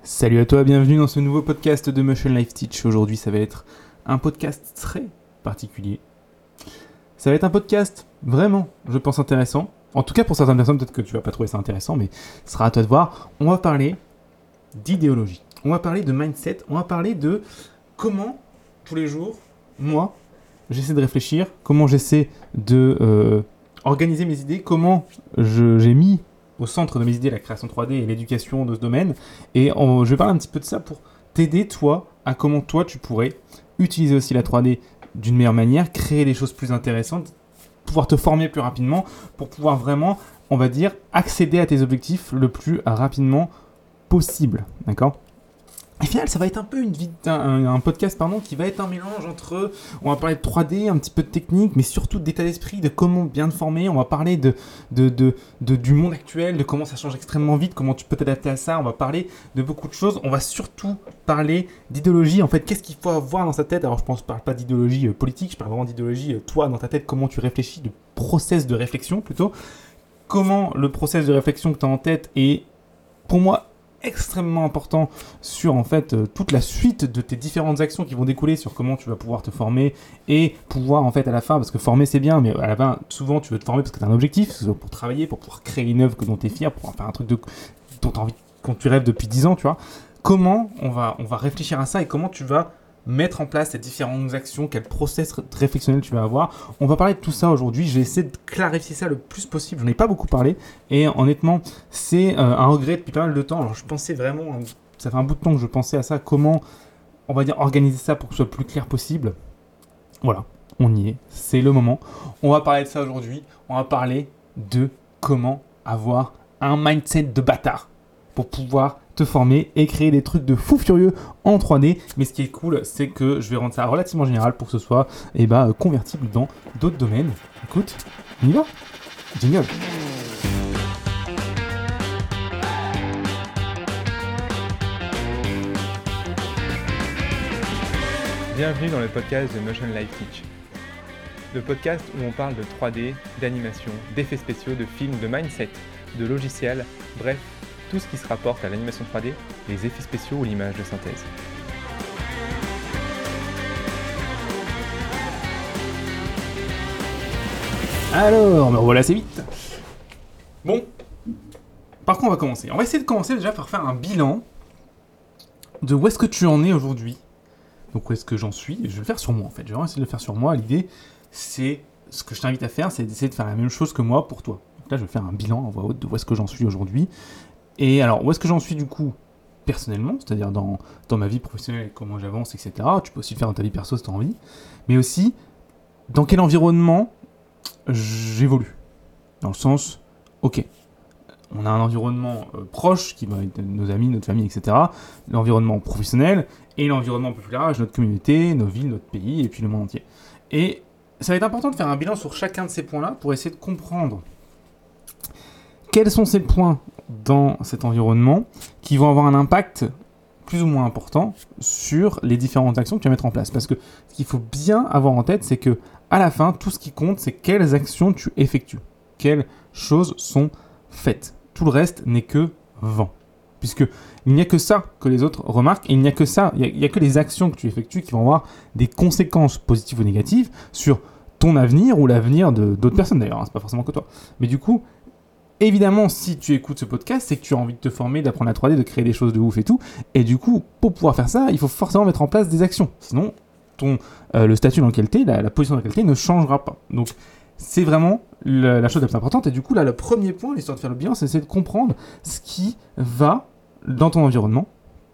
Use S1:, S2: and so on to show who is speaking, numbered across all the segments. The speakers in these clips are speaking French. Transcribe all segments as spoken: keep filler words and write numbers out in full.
S1: Salut à toi, bienvenue dans ce nouveau podcast de Motion Life Teach. Aujourd'hui, ça va être un podcast très particulier. Ça va être un podcast vraiment, je pense, intéressant. En tout cas, pour certaines personnes, peut-être que tu vas pas trouver ça intéressant, mais ce sera à toi de voir. On va parler d'idéologie. On va parler de mindset. On va parler de comment, tous les jours, moi, j'essaie de réfléchir, comment j'essaie de euh, organiser mes idées, comment je, j'ai mis au centre de mes idées la création trois D et l'éducation de ce domaine. Et on, je vais parler un petit peu de ça pour t'aider, toi, à comment toi, tu pourrais utiliser aussi la trois D d'une meilleure manière, créer des choses plus intéressantes, pouvoir te former plus rapidement pour pouvoir vraiment, on va dire, accéder à tes objectifs le plus rapidement possible. D'accord ? Au final, ça va être un peu une vid- un, un podcast pardon, qui va être un mélange entre, on va parler de trois D, un petit peu de technique, mais surtout d'état d'esprit, de comment bien te former. On va parler de, de, de, de, du monde actuel, de comment ça change extrêmement vite, comment tu peux t'adapter à ça. On va parler de beaucoup de choses. On va surtout parler d'idéologie. En fait, qu'est-ce qu'il faut avoir dans sa tête ? Alors, je pense, je parle pas d'idéologie euh, politique, je parle vraiment d'idéologie, euh, toi, dans ta tête, comment tu réfléchis, de process de réflexion plutôt. Comment le process de réflexion que tu as en tête est, pour moi, extrêmement important sur en fait euh, toute la suite de tes différentes actions qui vont découler sur comment tu vas pouvoir te former et pouvoir en fait à la fin, parce que former c'est bien, mais à la fin souvent tu veux te former parce que tu as un objectif, pour travailler, pour pouvoir créer une œuvre que dont tu es fier, pour pouvoir faire un truc de, dont tu as envie, quand tu rêves depuis dix ans, tu vois. Comment on va, on va réfléchir à ça et comment tu vas mettre en place ces différentes actions, quel process réflexionnel tu vas avoir. On va parler de tout ça aujourd'hui. Je vais essayer de clarifier ça le plus possible. J'en ai pas beaucoup parlé et honnêtement, c'est euh, un regret depuis pas mal de temps. Alors je pensais vraiment, ça fait un bout de temps que je pensais à ça, comment on va dire organiser ça pour que ce soit le plus clair possible. Voilà, on y est, c'est le moment. On va parler de ça aujourd'hui. On va parler de comment avoir un mindset de bâtard pour pouvoir te former et créer des trucs de fou furieux en trois D. Mais ce qui est cool, c'est que je vais rendre ça relativement général pour que ce soit eh ben, convertible dans d'autres domaines. Écoute, on y va. Jingle.
S2: Bienvenue dans le podcast de Motion Life Teach. Le podcast où on parle de trois D, d'animation, d'effets spéciaux, de films, de mindset, de logiciels, bref, tout ce qui se rapporte à l'animation trois D, les effets spéciaux ou l'image de synthèse.
S1: Alors, me revoilà assez vite. Bon, par contre, on va commencer. On va essayer de commencer déjà par faire un bilan de où est-ce que tu en es aujourd'hui. Donc, où est-ce que j'en suis ? Je vais le faire sur moi, en fait. Je vais vraiment essayer de le faire sur moi. L'idée, c'est, ce que je t'invite à faire, c'est d'essayer de faire la même chose que moi pour toi. Donc là, je vais faire un bilan en voix haute de où est-ce que j'en suis aujourd'hui. Et alors, où est-ce que j'en suis du coup personnellement, c'est-à-dire dans, dans ma vie professionnelle, comment j'avance, et cetera. Tu peux aussi le faire dans ta vie perso si tu as envie. Mais aussi, dans quel environnement j'évolue. Dans le sens, ok, on a un environnement euh, proche, qui va être nos amis, notre famille, et cetera. L'environnement professionnel et l'environnement un peu plus large, notre communauté, nos villes, notre pays, et puis le monde entier. Et ça va être important de faire un bilan sur chacun de ces points-là pour essayer de comprendre quels sont ces points dans cet environnement qui vont avoir un impact plus ou moins important sur les différentes actions que tu vas mettre en place. Parce que ce qu'il faut bien avoir en tête, c'est que à la fin, tout ce qui compte, c'est quelles actions tu effectues, quelles choses sont faites. Tout le reste n'est que vent. Puisque il n'y a que ça que les autres remarquent, et il n'y a que ça, il n'y a, a que les actions que tu effectues qui vont avoir des conséquences positives ou négatives sur ton avenir ou l'avenir de, d'autres personnes d'ailleurs, hein, c'est pas forcément que toi. Mais du coup, évidemment, si tu écoutes ce podcast, c'est que tu as envie de te former, d'apprendre la trois D, de créer des choses de ouf et tout. Et du coup, pour pouvoir faire ça, il faut forcément mettre en place des actions. Sinon, ton, euh, le statut dans lequel tu es, la, la position dans laquelle tu es ne changera pas. Donc, c'est vraiment la, la chose la plus importante. Et du coup, là, le premier point, l'histoire de faire le bilan, c'est d'essayer de comprendre ce qui va, dans ton environnement,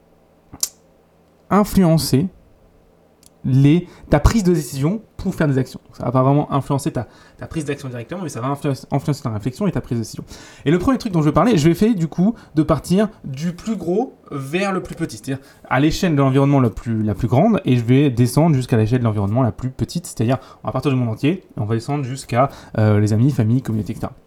S1: influencer les, ta prise de décision pour faire des actions. Donc, ça va pas vraiment influencer ta, ta prise d'action directement, mais ça va influencer, influencer ta réflexion et ta prise de décision. Et le premier truc dont je vais parler, je vais essayer du coup de partir du plus gros vers le plus petit, c'est-à-dire à l'échelle de l'environnement la plus, la plus grande, et je vais descendre jusqu'à l'échelle de l'environnement la plus petite, c'est-à-dire on va partir du monde entier, et on va descendre jusqu'à euh, les amis, famille, communauté, et cetera.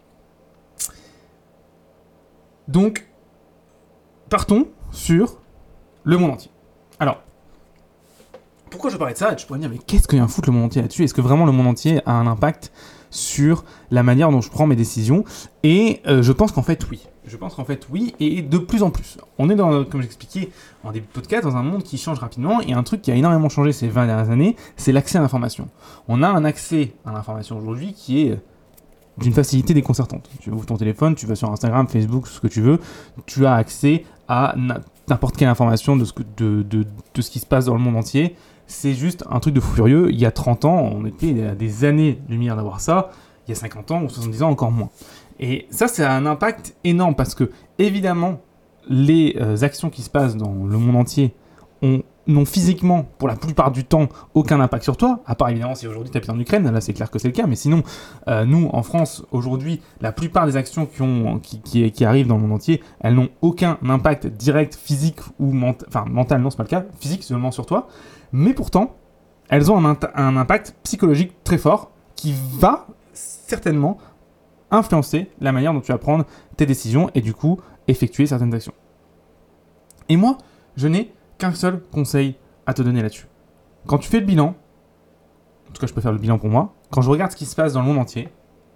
S1: Donc, partons sur le monde entier. Alors, pourquoi je parlais de ça ? Tu pourrais me dire, mais qu'est-ce qu'il y a à foutre le monde entier là-dessus ? Est-ce que vraiment le monde entier a un impact sur la manière dont je prends mes décisions. Et euh, je pense qu'en fait, oui. Je pense qu'en fait, oui, et de plus en plus. On est, dans, comme j'expliquais en début de podcast, dans un monde qui change rapidement, et un truc qui a énormément changé ces vingt dernières années, c'est l'accès à l'information. On a un accès à l'information aujourd'hui qui est d'une facilité déconcertante. Tu ouvres ton téléphone, tu vas sur Instagram, Facebook, ce que tu veux, tu as accès à n'importe quelle information de ce, que, de, de, de ce qui se passe dans le monde entier. C'est juste un truc de fou furieux. Il y a trente ans, on était à des années-lumière d'avoir ça. Il y a cinquante ans ou soixante-dix ans, encore moins. Et ça, ça a un impact énorme parce que, évidemment, les euh, actions qui se passent dans le monde entier ont, n'ont physiquement, pour la plupart du temps, aucun impact sur toi. À part, évidemment, si aujourd'hui tu habites en Ukraine, là c'est clair que c'est le cas. Mais sinon, euh, nous, en France, aujourd'hui, la plupart des actions qui, ont, qui, qui, qui arrivent dans le monde entier, elles n'ont aucun impact direct, physique ou mental. Enfin, mental, non, c'est pas le cas. Physique seulement sur toi. Mais pourtant, elles ont un, un impact psychologique très fort qui va certainement influencer la manière dont tu vas prendre tes décisions et du coup effectuer certaines actions. Et moi, je n'ai qu'un seul conseil à te donner là-dessus. Quand tu fais le bilan, en tout cas je peux faire le bilan pour moi, quand je regarde ce qui se passe dans le monde entier,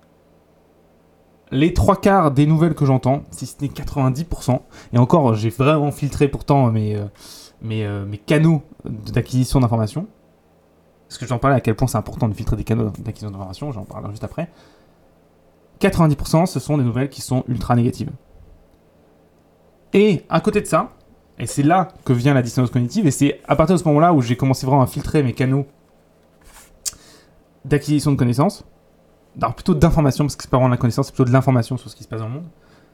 S1: les trois quarts des nouvelles que j'entends, si ce n'est quatre-vingt-dix pour cent, et encore j'ai vraiment filtré pourtant mes, euh, mes, euh, mes canaux d'acquisition d'informations, parce que j'en parlais à quel point c'est important de filtrer des canaux d'acquisition d'informations, j'en parlerai juste après, quatre-vingt-dix pour cent, ce sont des nouvelles qui sont ultra négatives. Et à côté de ça, et c'est là que vient la dissonance cognitive, et c'est à partir de ce moment-là où j'ai commencé vraiment à filtrer mes canaux d'acquisition de connaissances, alors plutôt d'information, parce que c'est pas vraiment de la connaissance, c'est plutôt de l'information sur ce qui se passe dans le monde.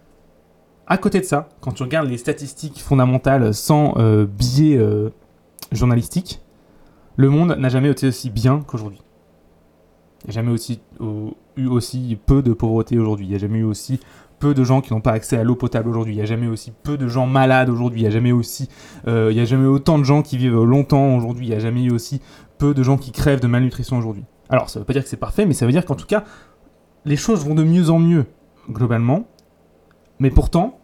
S1: À côté de ça, quand tu regardes les statistiques fondamentales sans euh, biais euh, journalistique, le monde n'a jamais été aussi bien qu'aujourd'hui. Il n'y a jamais aussi, au, eu aussi peu de pauvreté aujourd'hui. Il n'y a jamais eu aussi peu de gens qui n'ont pas accès à l'eau potable aujourd'hui. Il n'y a jamais aussi peu de gens malades aujourd'hui. Il n'y a jamais aussi, euh, il y a jamais autant de gens qui vivent longtemps aujourd'hui. Il n'y a jamais eu aussi peu de gens qui crèvent de malnutrition aujourd'hui. Alors, ça ne veut pas dire que c'est parfait, mais ça veut dire qu'en tout cas, les choses vont de mieux en mieux, globalement. Mais pourtant,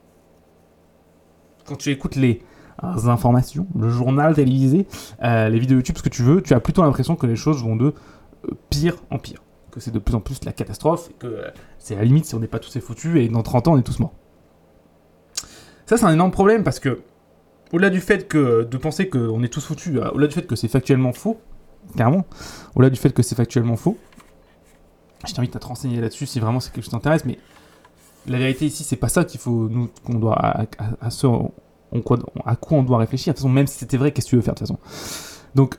S1: quand tu écoutes les informations, le journal télévisé, euh, les vidéos YouTube, ce que tu veux, tu as plutôt l'impression que les choses vont de euh, pire en pire. Que c'est de plus en plus la catastrophe, et que euh, c'est à la limite si on n'est pas tous foutus, et dans trente ans, on est tous morts. Ça, c'est un énorme problème, parce que, au-delà du fait que, de penser qu'on est tous foutus, euh, au-delà du fait que c'est factuellement faux, carrément, au-delà du fait que c'est factuellement faux, je t'invite à te renseigner là-dessus si vraiment c'est quelque chose qui t'intéresse, mais la vérité ici, c'est pas ça qu'il faut, nous, qu'on doit, à, à, à, ce, on, quoi, à quoi on doit réfléchir. De toute façon, même si c'était vrai, qu'est-ce que tu veux faire de toute façon ? Donc,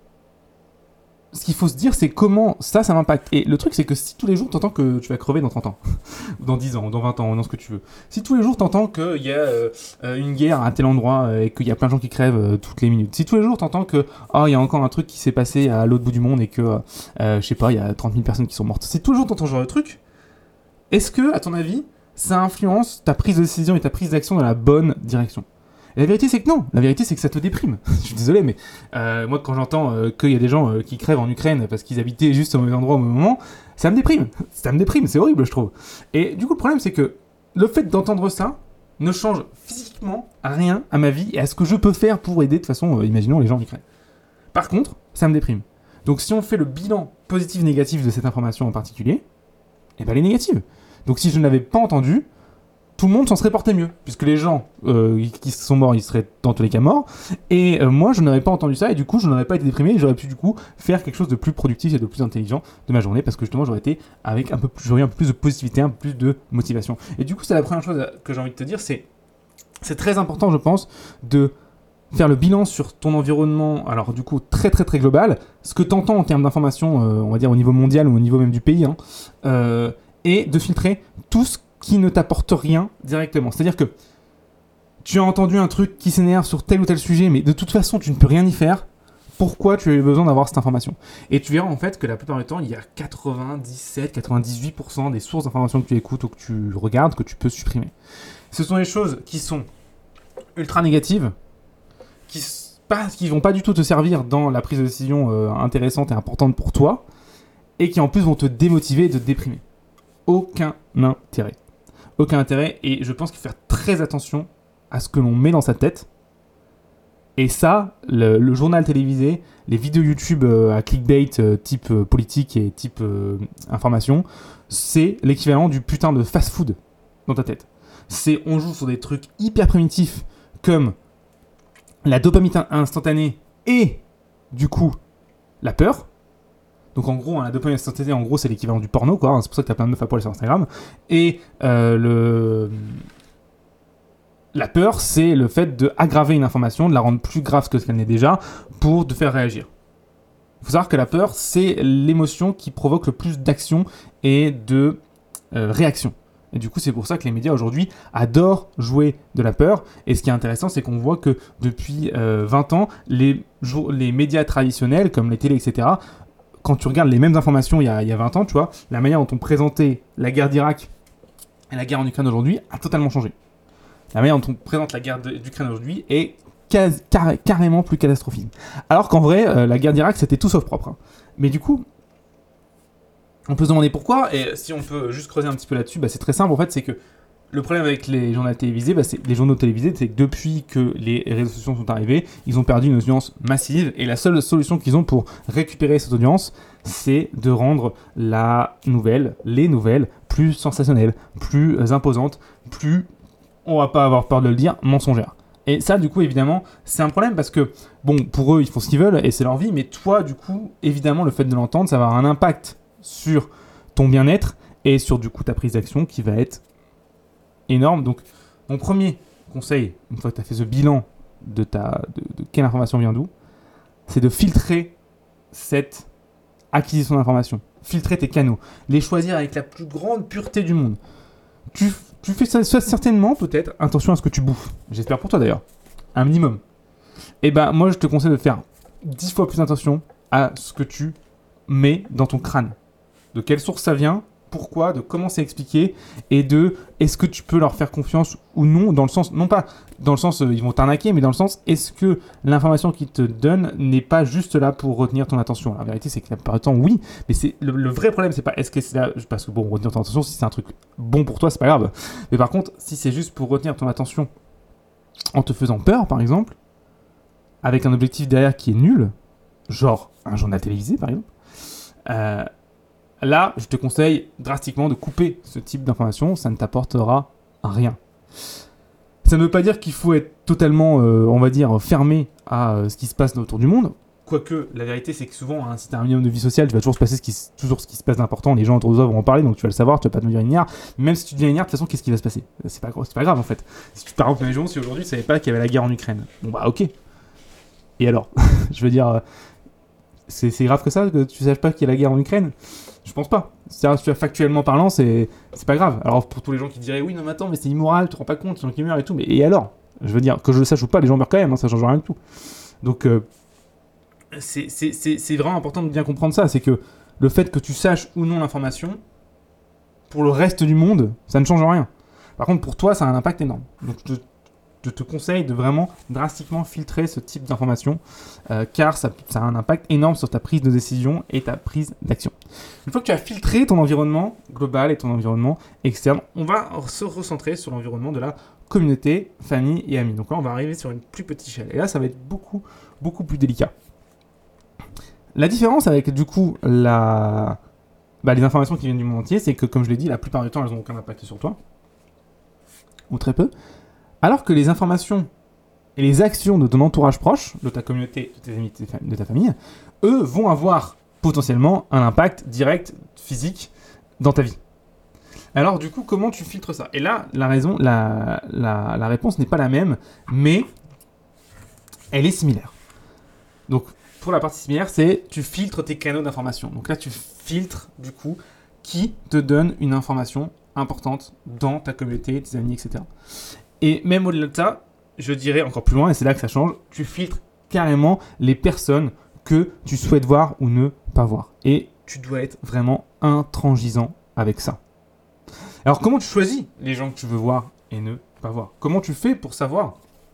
S1: ce qu'il faut se dire, c'est comment ça, ça m'impacte. Et le truc, c'est que si tous les jours, t'entends que tu vas crever dans trente ans, ou dans dix ans, ou dans vingt ans, ou dans ce que tu veux, si tous les jours, t'entends qu'il y a euh, une guerre à tel endroit, euh, et qu'il y a plein de gens qui crèvent euh, toutes les minutes, si tous les jours, t'entends que, oh, il y a encore un truc qui s'est passé à l'autre bout du monde, et que, euh, je sais pas, il y a trente mille personnes qui sont mortes, si tous les jours, t'entends ce genre de truc, est-ce que, à ton avis, ça influence ta prise de décision et ta prise d'action dans la bonne direction ? Et la vérité, c'est que non. La vérité, c'est que ça te déprime. Je suis désolé, mais euh, moi, quand j'entends euh, qu'il y a des gens euh, qui crèvent en Ukraine parce qu'ils habitaient juste au mauvais endroit au mauvais moment, ça me déprime. Ça me déprime, c'est horrible, je trouve. Et du coup, le problème, c'est que le fait d'entendre ça ne change physiquement rien à ma vie et à ce que je peux faire pour aider, de toute façon, euh, imaginons les gens en Ukraine. Par contre, ça me déprime. Donc, si on fait le bilan positif-négatif de cette information en particulier, eh ben, elle est négative. Donc, si je ne l'avais pas entendu, tout le monde s'en serait porté mieux, puisque les gens euh, qui sont morts, ils seraient dans tous les cas morts, et euh, moi, je n'aurais pas entendu ça, et du coup, je n'aurais pas été déprimé, et j'aurais pu, du coup, faire quelque chose de plus productif et de plus intelligent de ma journée, parce que justement, j'aurais été avec un peu plus, j'aurais eu un peu plus de positivité, un peu plus de motivation. Et du coup, c'est la première chose que j'ai envie de te dire, c'est, c'est très important, je pense, de faire le bilan sur ton environnement, alors du coup, très très très global, ce que tu entends en termes d'informations, euh, on va dire au niveau mondial ou au niveau même du pays, hein, euh, et de filtrer tout ce qui ne t'apporte rien directement. C'est-à-dire que tu as entendu un truc qui s'énerve sur tel ou tel sujet, mais de toute façon, tu ne peux rien y faire. Pourquoi tu as eu besoin d'avoir cette information ? Et tu verras en fait que la plupart du temps, il y a quatre-vingt-dix-sept à quatre-vingt-dix-huit pour cent des sources d'informations que tu écoutes ou que tu regardes que tu peux supprimer. Ce sont des choses qui sont ultra négatives, qui ne qui vont pas du tout te servir dans la prise de décision euh, intéressante et importante pour toi, et qui en plus vont te démotiver et te déprimer. Aucun intérêt. Aucun intérêt, et je pense qu'il faut faire très attention à ce que l'on met dans sa tête Et ça, le, le journal télévisé, les vidéos YouTube euh, à clickbait euh, type euh, politique et type euh, information, c'est l'équivalent du putain de fast-food dans ta tête. C'est, on joue sur des trucs hyper primitifs comme la dopamine instantanée et du coup la peur. Donc en gros, hein, la dopamine instantanée, en gros, c'est l'équivalent du porno, quoi. Hein, c'est pour ça que t'as plein de meufs à poil sur Instagram. Et euh, le... la peur, c'est le fait d'aggraver une information, de la rendre plus grave que ce qu'elle n'est déjà, pour te faire réagir. Il faut savoir que la peur, c'est l'émotion qui provoque le plus d'action et de euh, réaction. Et du coup, c'est pour ça que les médias aujourd'hui adorent jouer de la peur. Et ce qui est intéressant, c'est qu'on voit que depuis euh, vingt ans, les, les médias traditionnels, comme les télés, et cetera, quand tu regardes les mêmes informations il y a, il y a vingt ans, tu vois, la manière dont on présentait la guerre d'Irak et la guerre en Ukraine aujourd'hui a totalement changé. La manière dont on présente la guerre d'Ukraine aujourd'hui est quasi, car, carrément plus catastrophique. Alors qu'en vrai, euh, la guerre d'Irak, c'était tout sauf propre. Hein. Mais du coup, on peut se demander pourquoi, et si on peut juste creuser un petit peu là-dessus, bah, c'est très simple en fait, c'est que le problème avec les journaux télévisés, bah, c'est, les journaux télévisés, c'est que depuis que les réseaux sociaux sont arrivés, ils ont perdu une audience massive, et la seule solution qu'ils ont pour récupérer cette audience, c'est de rendre la nouvelle, les nouvelles, plus sensationnelles, plus imposantes, plus, on va pas avoir peur de le dire, mensongères. Et ça, du coup, évidemment, c'est un problème parce que, bon, pour eux, ils font ce qu'ils veulent, et c'est leur vie, mais toi, du coup, évidemment, le fait de l'entendre, ça va avoir un impact sur ton bien-être, et sur, du coup, ta prise d'action qui va être énorme. Donc, mon premier conseil, une fois que tu as fait ce bilan de, ta, de, de quelle information vient d'où, c'est de filtrer cette acquisition d'informations. Filtrer tes canaux. Les choisir avec la plus grande pureté du monde. Tu, tu fais ça, ça certainement, peut-être, attention à ce que tu bouffes. J'espère pour toi d'ailleurs. Un minimum. Et ben, moi, je te conseille de faire dix fois plus attention à ce que tu mets dans ton crâne. De quelle source ça vient, pourquoi, de comment c'est expliqué, et de est-ce que tu peux leur faire confiance ou non, dans le sens, non pas dans le sens euh, ils vont t'arnaquer, mais dans le sens est-ce que l'information qu'ils te donnent n'est pas juste là pour retenir ton attention. La vérité c'est que la plupart du temps oui, mais c'est le, le vrai problème c'est pas est-ce que c'est là, parce que bon, retenir ton attention si c'est un truc bon pour toi c'est pas grave, mais par contre si c'est juste pour retenir ton attention en te faisant peur par exemple, avec un objectif derrière qui est nul, genre un journal télévisé par exemple, euh, là, je te conseille drastiquement de couper ce type d'information, ça ne t'apportera rien. Ça ne veut pas dire qu'il faut être totalement, euh, on va dire, fermé à euh, ce qui se passe autour du monde. Quoique, la vérité, c'est que souvent, hein, si tu as un minimum de vie sociale, tu vas toujours se passer ce qui, toujours ce qui se passe d'important. Les gens autour de toi vont en parler, donc tu vas le savoir, tu vas pas devenir ignare. Même si tu deviens ignare, de toute façon, qu'est-ce qui va se passer ? C'est pas, c'est pas grave, en fait. Si tu, par exemple, imaginons si aujourd'hui, tu savais pas qu'il y avait la guerre en Ukraine. Bon, bah, ok. Et alors ? Je veux dire, euh, c'est, c'est grave que ça, que tu saches pas qu'il y a la guerre en Ukraine ? Je pense pas. C'est-à-dire, factuellement parlant, c'est, c'est pas grave. Alors, pour tous les gens qui diraient, oui, non, mais attends, mais c'est immoral, tu te rends pas compte, les gens qui meurent et tout, mais et alors ? Je veux dire, que je le sache ou pas, les gens meurent quand même, hein, ça change rien du tout. Donc, euh, c'est, c'est, c'est, c'est vraiment important de bien comprendre ça, c'est que le fait que tu saches ou non l'information, pour le reste du monde, ça ne change rien. Par contre, pour toi, ça a un impact énorme. Donc, je te, je te conseille de vraiment drastiquement filtrer ce type d'information, euh, car ça, ça a un impact énorme sur ta prise de décision et ta prise d'action. Une fois que tu as filtré ton environnement global et ton environnement externe, on va se recentrer sur l'environnement de la communauté, famille et amis. Donc là, on va arriver sur une plus petite échelle. Et là, ça va être beaucoup, beaucoup plus délicat. La différence avec, du coup, la... bah, les informations qui viennent du monde entier, c'est que, comme je l'ai dit, la plupart du temps, elles n'ont aucun impact sur toi, ou très peu. Alors que les informations et les actions de ton entourage proche, de ta communauté, de tes amis, de ta famille, eux vont avoir potentiellement un impact direct, physique, dans ta vie. Alors du coup, comment tu filtres ça ? Et là, la raison, la, la, la réponse n'est pas la même, mais elle est similaire. Donc, pour la partie similaire, c'est tu filtres tes canaux d'information. Donc là, tu filtres, du coup, qui te donne une information importante dans ta communauté, tes amis, et cetera. Et même au-delà de ça, je dirais encore plus loin, et c'est là que ça change, tu filtres carrément les personnes que tu souhaites voir ou ne pas voir. Et tu dois être vraiment intransigeant avec ça. Alors comment tu choisis les gens que tu veux voir et ne pas voir ? Comment tu fais pour savoir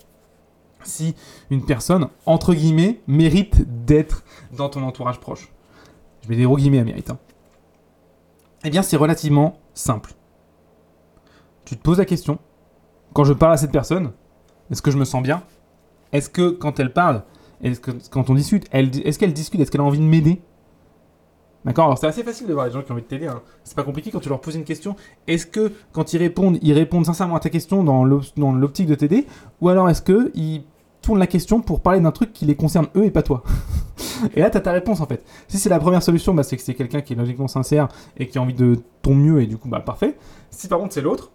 S1: si une personne, entre guillemets, mérite d'être dans ton entourage proche ? Je mets des gros guillemets à mérite. Hein. Eh bien, c'est relativement simple. Tu te poses la question, quand je parle à cette personne, est-ce que je me sens bien ? est-ce que quand elle parle, est-ce que quand on discute, elle, est-ce qu'elle discute, est-ce qu'elle a envie de m'aider? D'accord, alors c'est assez facile de voir les gens qui ont envie de t'aider, hein. C'est pas compliqué quand tu leur poses une question. Est-ce que quand ils répondent, ils répondent sincèrement à ta question dans, l'op- dans l'optique de t'aider, ou alors est-ce qu'ils tournent la question pour parler d'un truc qui les concerne eux et pas toi? Et là, t'as ta réponse en fait. Si c'est la première solution, bah, c'est que c'est quelqu'un qui est logiquement sincère et qui a envie de ton mieux et du coup, bah parfait. Si par contre c'est l'autre,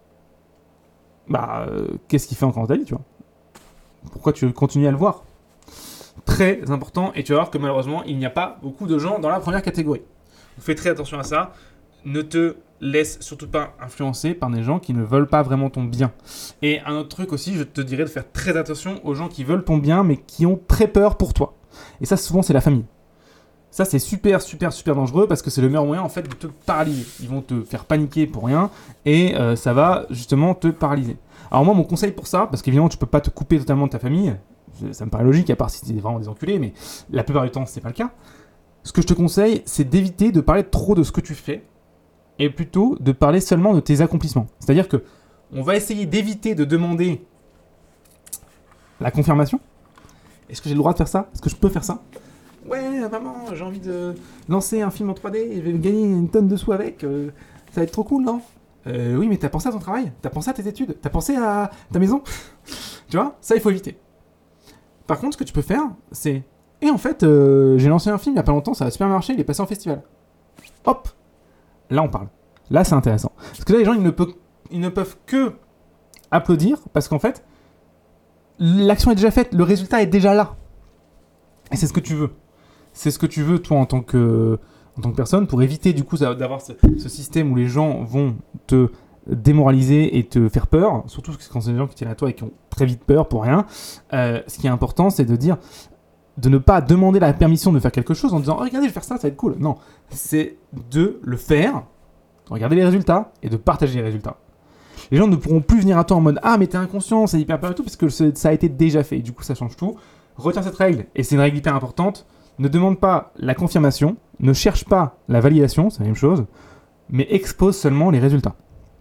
S1: bah euh, qu'est-ce qu'il fait encore dans ta vie, tu vois? Pourquoi tu continues à le voir? Très important, et tu vas voir que malheureusement, il n'y a pas beaucoup de gens dans la première catégorie. Fais très attention à ça. Ne te laisse surtout pas influencer par des gens qui ne veulent pas vraiment ton bien. Et un autre truc aussi, je te dirais de faire très attention aux gens qui veulent ton bien, mais qui ont très peur pour toi. Et ça, souvent, c'est la famille. Ça, c'est super, super, super dangereux parce que c'est le meilleur moyen, en fait, de te paralyser. Ils vont te faire paniquer pour rien et euh, ça va justement te paralyser. Alors moi, mon conseil pour ça, parce qu'évidemment, tu peux pas te couper totalement de ta famille, ça me paraît logique, à part si c'est vraiment des enculés, mais la plupart du temps, c'est pas le cas. Ce que je te conseille, c'est d'éviter de parler trop de ce que tu fais et plutôt de parler seulement de tes accomplissements. C'est-à-dire que on va essayer d'éviter de demander la confirmation. Est-ce que j'ai le droit de faire ça? Est-ce que je peux faire ça? Ouais, maman, j'ai envie de lancer un film en trois D et je vais gagner une tonne de sous avec. Euh, ça va être trop cool, non? euh, Oui, mais t'as pensé à ton travail? T'as pensé à tes études? T'as pensé à ta maison? Tu vois? Ça, il faut éviter. Par contre, ce que tu peux faire, c'est... Et en fait, euh, j'ai lancé un film il y a pas longtemps, ça a super marché, il est passé en festival. Hop! Là, on parle. Là, c'est intéressant. Parce que là, les gens, ils ne, peuvent, ils ne peuvent que applaudir parce qu'en fait, l'action est déjà faite, le résultat est déjà là. Et c'est ce que tu veux. C'est ce que tu veux, toi, en tant que, en tant que personne, pour éviter, du coup, d'avoir ce, ce système où les gens vont te démoraliser et te faire peur, surtout quand c'est des gens qui tiennent à toi et qui ont très vite peur pour rien. Euh, ce qui est important, c'est de dire... de ne pas demander la permission de faire quelque chose en disant oh, regardez, je vais faire ça, ça va être cool. Non, c'est de le faire, de regarder les résultats et de partager les résultats. Les gens ne pourront plus venir à toi en mode ah, mais t'es inconscient, c'est hyper peur et tout, parce que ça a été déjà fait. Et du coup, ça change tout. Retiens cette règle, et c'est une règle hyper importante. Ne demande pas la confirmation, ne cherche pas la validation, c'est la même chose, mais expose seulement les résultats.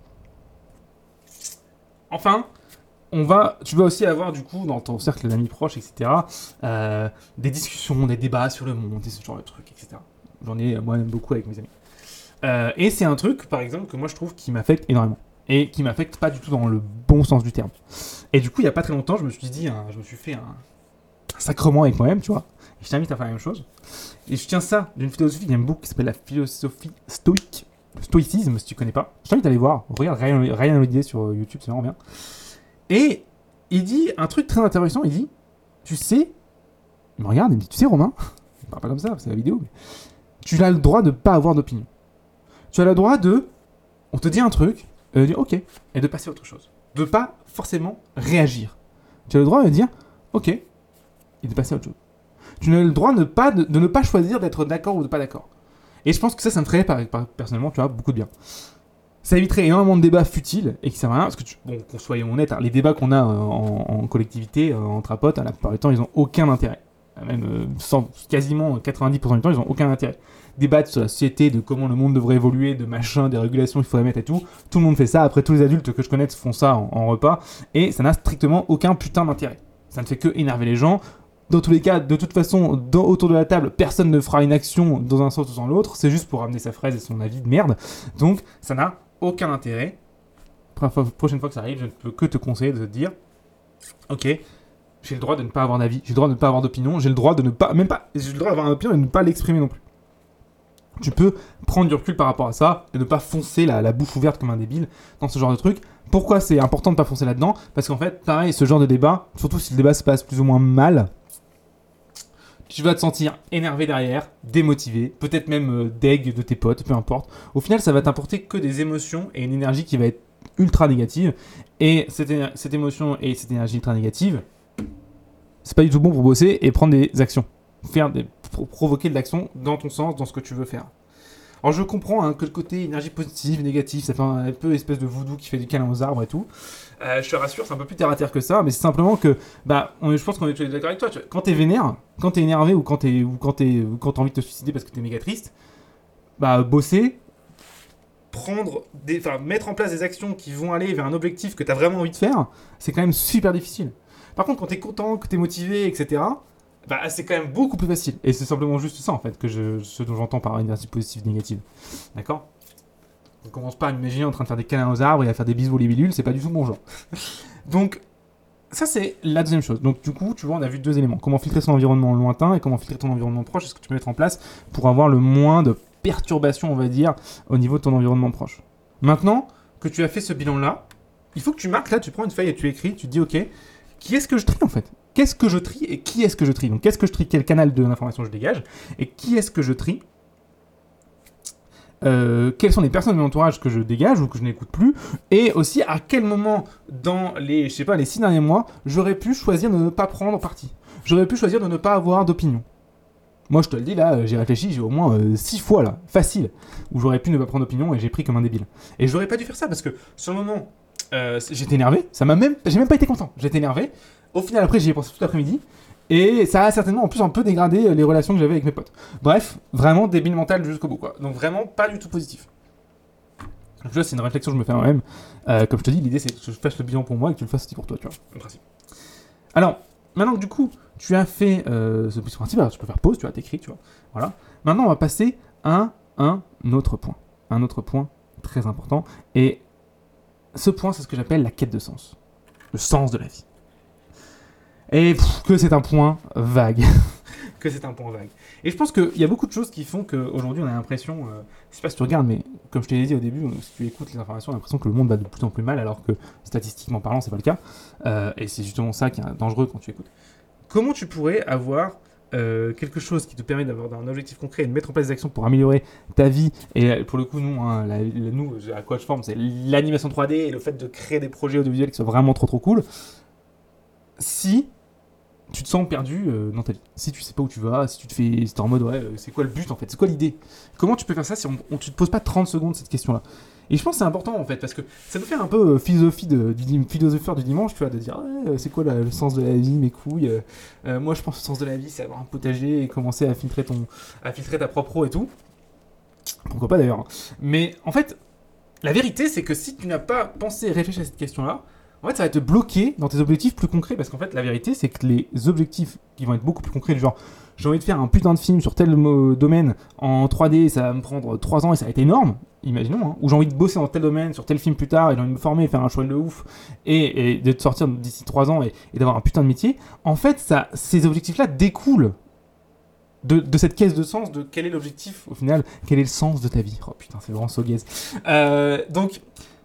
S1: Enfin, on va, tu vas aussi avoir du coup dans ton cercle d'amis proches, et cetera, euh, des discussions, des débats sur le monde, et ce genre de trucs, et cetera. J'en ai moi-même beaucoup avec mes amis. Euh, et c'est un truc, par exemple, que moi je trouve qui m'affecte énormément. Et qui m'affecte pas du tout dans le bon sens du terme. Et du coup, il y a pas très longtemps, je me suis dit, hein, je me suis fait un, un sacrement avec moi-même, tu vois. Et je t'invite à faire la même chose. Et je tiens ça d'une philosophie que j'aime beaucoup, qui s'appelle la philosophie stoïque. Le stoïcisme, si tu connais pas. Je t'invite à aller voir. Regarde Ryan, Ryan Holiday sur YouTube, c'est vraiment bien. Et il dit un truc très intéressant, il dit, tu sais, il me regarde, il me dit, tu sais Romain, il parle pas comme ça, c'est la vidéo, mais tu as le droit de pas avoir d'opinion. Tu as le droit de, on te dit un truc, et de dire ok, et de passer à autre chose. De pas forcément réagir. Tu as le droit de dire ok, et de passer à autre chose. Tu as le droit de, pas, de, de ne pas choisir d'être d'accord ou de pas d'accord. Et je pense que ça, ça me ferait, par, par, personnellement, tu vois, beaucoup de bien. Ça éviterait énormément de débats futiles et qui servent à rien, parce que, tu, bon, qu'on soyons honnêtes, hein, les débats qu'on a euh, en, en collectivité, euh, entre potes, à la plupart du temps, ils n'ont aucun intérêt. Même euh, sans, quasiment quatre-vingt-dix pour cent du temps, ils n'ont aucun intérêt. Débattre sur la société, de comment le monde devrait évoluer, de machin, des régulations qu'il faudrait mettre et tout, tout le monde fait ça. Après, tous les adultes que je connais font ça en, en repas, et ça n'a strictement aucun putain d'intérêt. Ça ne fait que énerver les gens. Dans tous les cas, de toute façon, dans, autour de la table, personne ne fera une action dans un sens ou dans l'autre, c'est juste pour ramener sa fraise et son avis de merde. Donc, ça n'a aucun intérêt. La prochaine fois que ça arrive, je ne peux que te conseiller de te dire ok, j'ai le droit de ne pas avoir d'avis, j'ai le droit de ne pas avoir d'opinion, j'ai le droit de ne pas, même pas, j'ai le droit d'avoir une opinion et de ne pas l'exprimer non plus. Tu peux prendre du recul par rapport à ça et ne pas foncer la, la bouche ouverte comme un débile dans ce genre de truc. Pourquoi c'est important de ne pas foncer là-dedans? Parce qu'en fait, pareil, ce genre de débat, surtout si le débat se passe plus ou moins mal, tu vas te sentir énervé derrière, démotivé, peut-être même euh, deg de tes potes, peu importe. Au final, ça va t'apporter que des émotions et une énergie qui va être ultra négative. Et cette, éner- cette émotion et cette énergie ultra négative, c'est pas du tout bon pour bosser et prendre des actions. Faire des, pro- provoquer de l'action dans ton sens, dans ce que tu veux faire. Alors je comprends hein, que le côté énergie positive, négative, ça fait un, un peu espèce de voodoo qui fait du câlin aux arbres et tout. Euh, je te rassure, c'est un peu plus terre à terre que ça, mais c'est simplement que, bah, on, je pense qu'on est tous les deux d'accord avec toi. Tu vois, quand t'es vénère, quand t'es énervé ou quand t'es, ou quand t'es, ou quand t'as envie de te suicider parce que t'es méga triste, bah, bosser, prendre des, enfin, mettre en place des actions qui vont aller vers un objectif que t'as vraiment envie de faire, c'est quand même super difficile. Par Par contre, quand t'es content, que t'es motivé, et cetera, bah, c'est quand même beaucoup plus facile. Et c'est simplement juste ça, en fait, que je, ce dont j'entends par énergie positive, négative. D'accord ? On commence pas à m'imaginer en train de faire des câlins aux arbres et à faire des bisous aux libellules, c'est pas du tout mon genre. Donc, ça, c'est la deuxième chose. Donc, du coup, tu vois, on a vu deux éléments. Comment filtrer son environnement lointain et comment filtrer ton environnement proche. Est-ce que tu peux mettre en place pour avoir le moins de perturbations, on va dire, au niveau de ton environnement proche. Maintenant que tu as fait ce bilan-là, il faut que tu marques, là, tu prends une feuille et tu écris, tu te dis, ok, qui est-ce que je trie, en fait ? Qu'est-ce que je trie et qui est-ce que je trie ? Donc, qu'est-ce que je trie ? Quel canal de l'information je dégage ? Et qui est-ce que je trie ? Euh, quelles sont les personnes de mon entourage que je dégage ou que je n'écoute plus, et aussi à quel moment dans les, je sais pas, les six derniers mois, j'aurais pu choisir de ne pas prendre parti. J'aurais pu choisir de ne pas avoir d'opinion. Moi, je te le dis, là, j'ai réfléchi, j'ai au moins euh, six fois, là, facile, où j'aurais pu ne pas prendre d'opinion et j'ai pris comme un débile. Et j'aurais pas dû faire ça parce que, sur le moment, euh, j'étais énervé, ça m'a même, j'ai même pas été content, j'étais énervé. Au final, après, j'y ai pensé tout l'après-midi. Et ça a certainement en plus un peu dégradé les relations que j'avais avec mes potes. Bref, vraiment débile mental jusqu'au bout, quoi. Donc vraiment pas du tout positif. Donc là, c'est une réflexion que je me fais moi-même. Euh, comme je te dis, l'idée c'est que je fasse le bilan pour moi et que tu le fasses aussi pour toi, tu vois, le principe. Alors, maintenant que du coup, tu as fait euh, ce petit principe, alors tu peux faire pause, tu vois, t'écris, tu vois. Voilà. Maintenant, on va passer à un autre point. Un autre point très important. Et ce point, c'est ce que j'appelle la quête de sens. Le sens de la vie. Et pff, que c'est un point vague. que c'est un point vague. Et je pense qu'il y a beaucoup de choses qui font qu'aujourd'hui, on a l'impression, euh, je sais pas si tu regardes, mais comme je te l'ai dit au début, si tu écoutes les informations, on a l'impression que le monde va de plus en plus mal, alors que statistiquement parlant, c'est pas le cas. Euh, et c'est justement ça qui est dangereux quand tu écoutes. Comment tu pourrais avoir euh, quelque chose qui te permet d'avoir un objectif concret et de mettre en place des actions pour améliorer ta vie, et pour le coup, nous, hein, la, la, nous à quoi je forme, c'est l'animation trois D et le fait de créer des projets audiovisuels qui soient vraiment trop trop cool, si tu te sens perdu euh, dans ta vie. Si tu sais pas où tu vas, si tu te fais, si t'es en mode ouais, euh, c'est quoi le but en fait, c'est quoi l'idée ? Comment tu peux faire ça si on, on tu te poses pas trente secondes cette question-là ? Et je pense que c'est important en fait parce que ça nous fait un peu euh, philosophie de, du philosopheur du dimanche, tu vois, de dire ouais, c'est quoi la, le sens de la vie, mes couilles. Euh, euh, moi je pense que le sens de la vie c'est avoir un potager et commencer à filtrer ton, à filtrer ta propre eau et tout. Pourquoi pas d'ailleurs. Mais en fait, la vérité c'est que si tu n'as pas pensé et réfléchi à cette question-là, en fait, ça va te bloquer dans tes objectifs plus concrets parce qu'en fait, la vérité, c'est que les objectifs qui vont être beaucoup plus concrets, du genre, j'ai envie de faire un putain de film sur tel euh, domaine en trois D, ça va me prendre trois ans et ça va être énorme, imaginons, hein, ou j'ai envie de bosser dans tel domaine sur tel film plus tard et j'ai envie de me former et faire un choix de ouf et, et de te sortir d'ici trois ans et, et d'avoir un putain de métier. En fait, ça, ces objectifs-là découlent de, de cette caisse de sens, de quel est l'objectif au final, quel est le sens de ta vie. Oh putain, c'est vraiment so gaze. Euh, donc.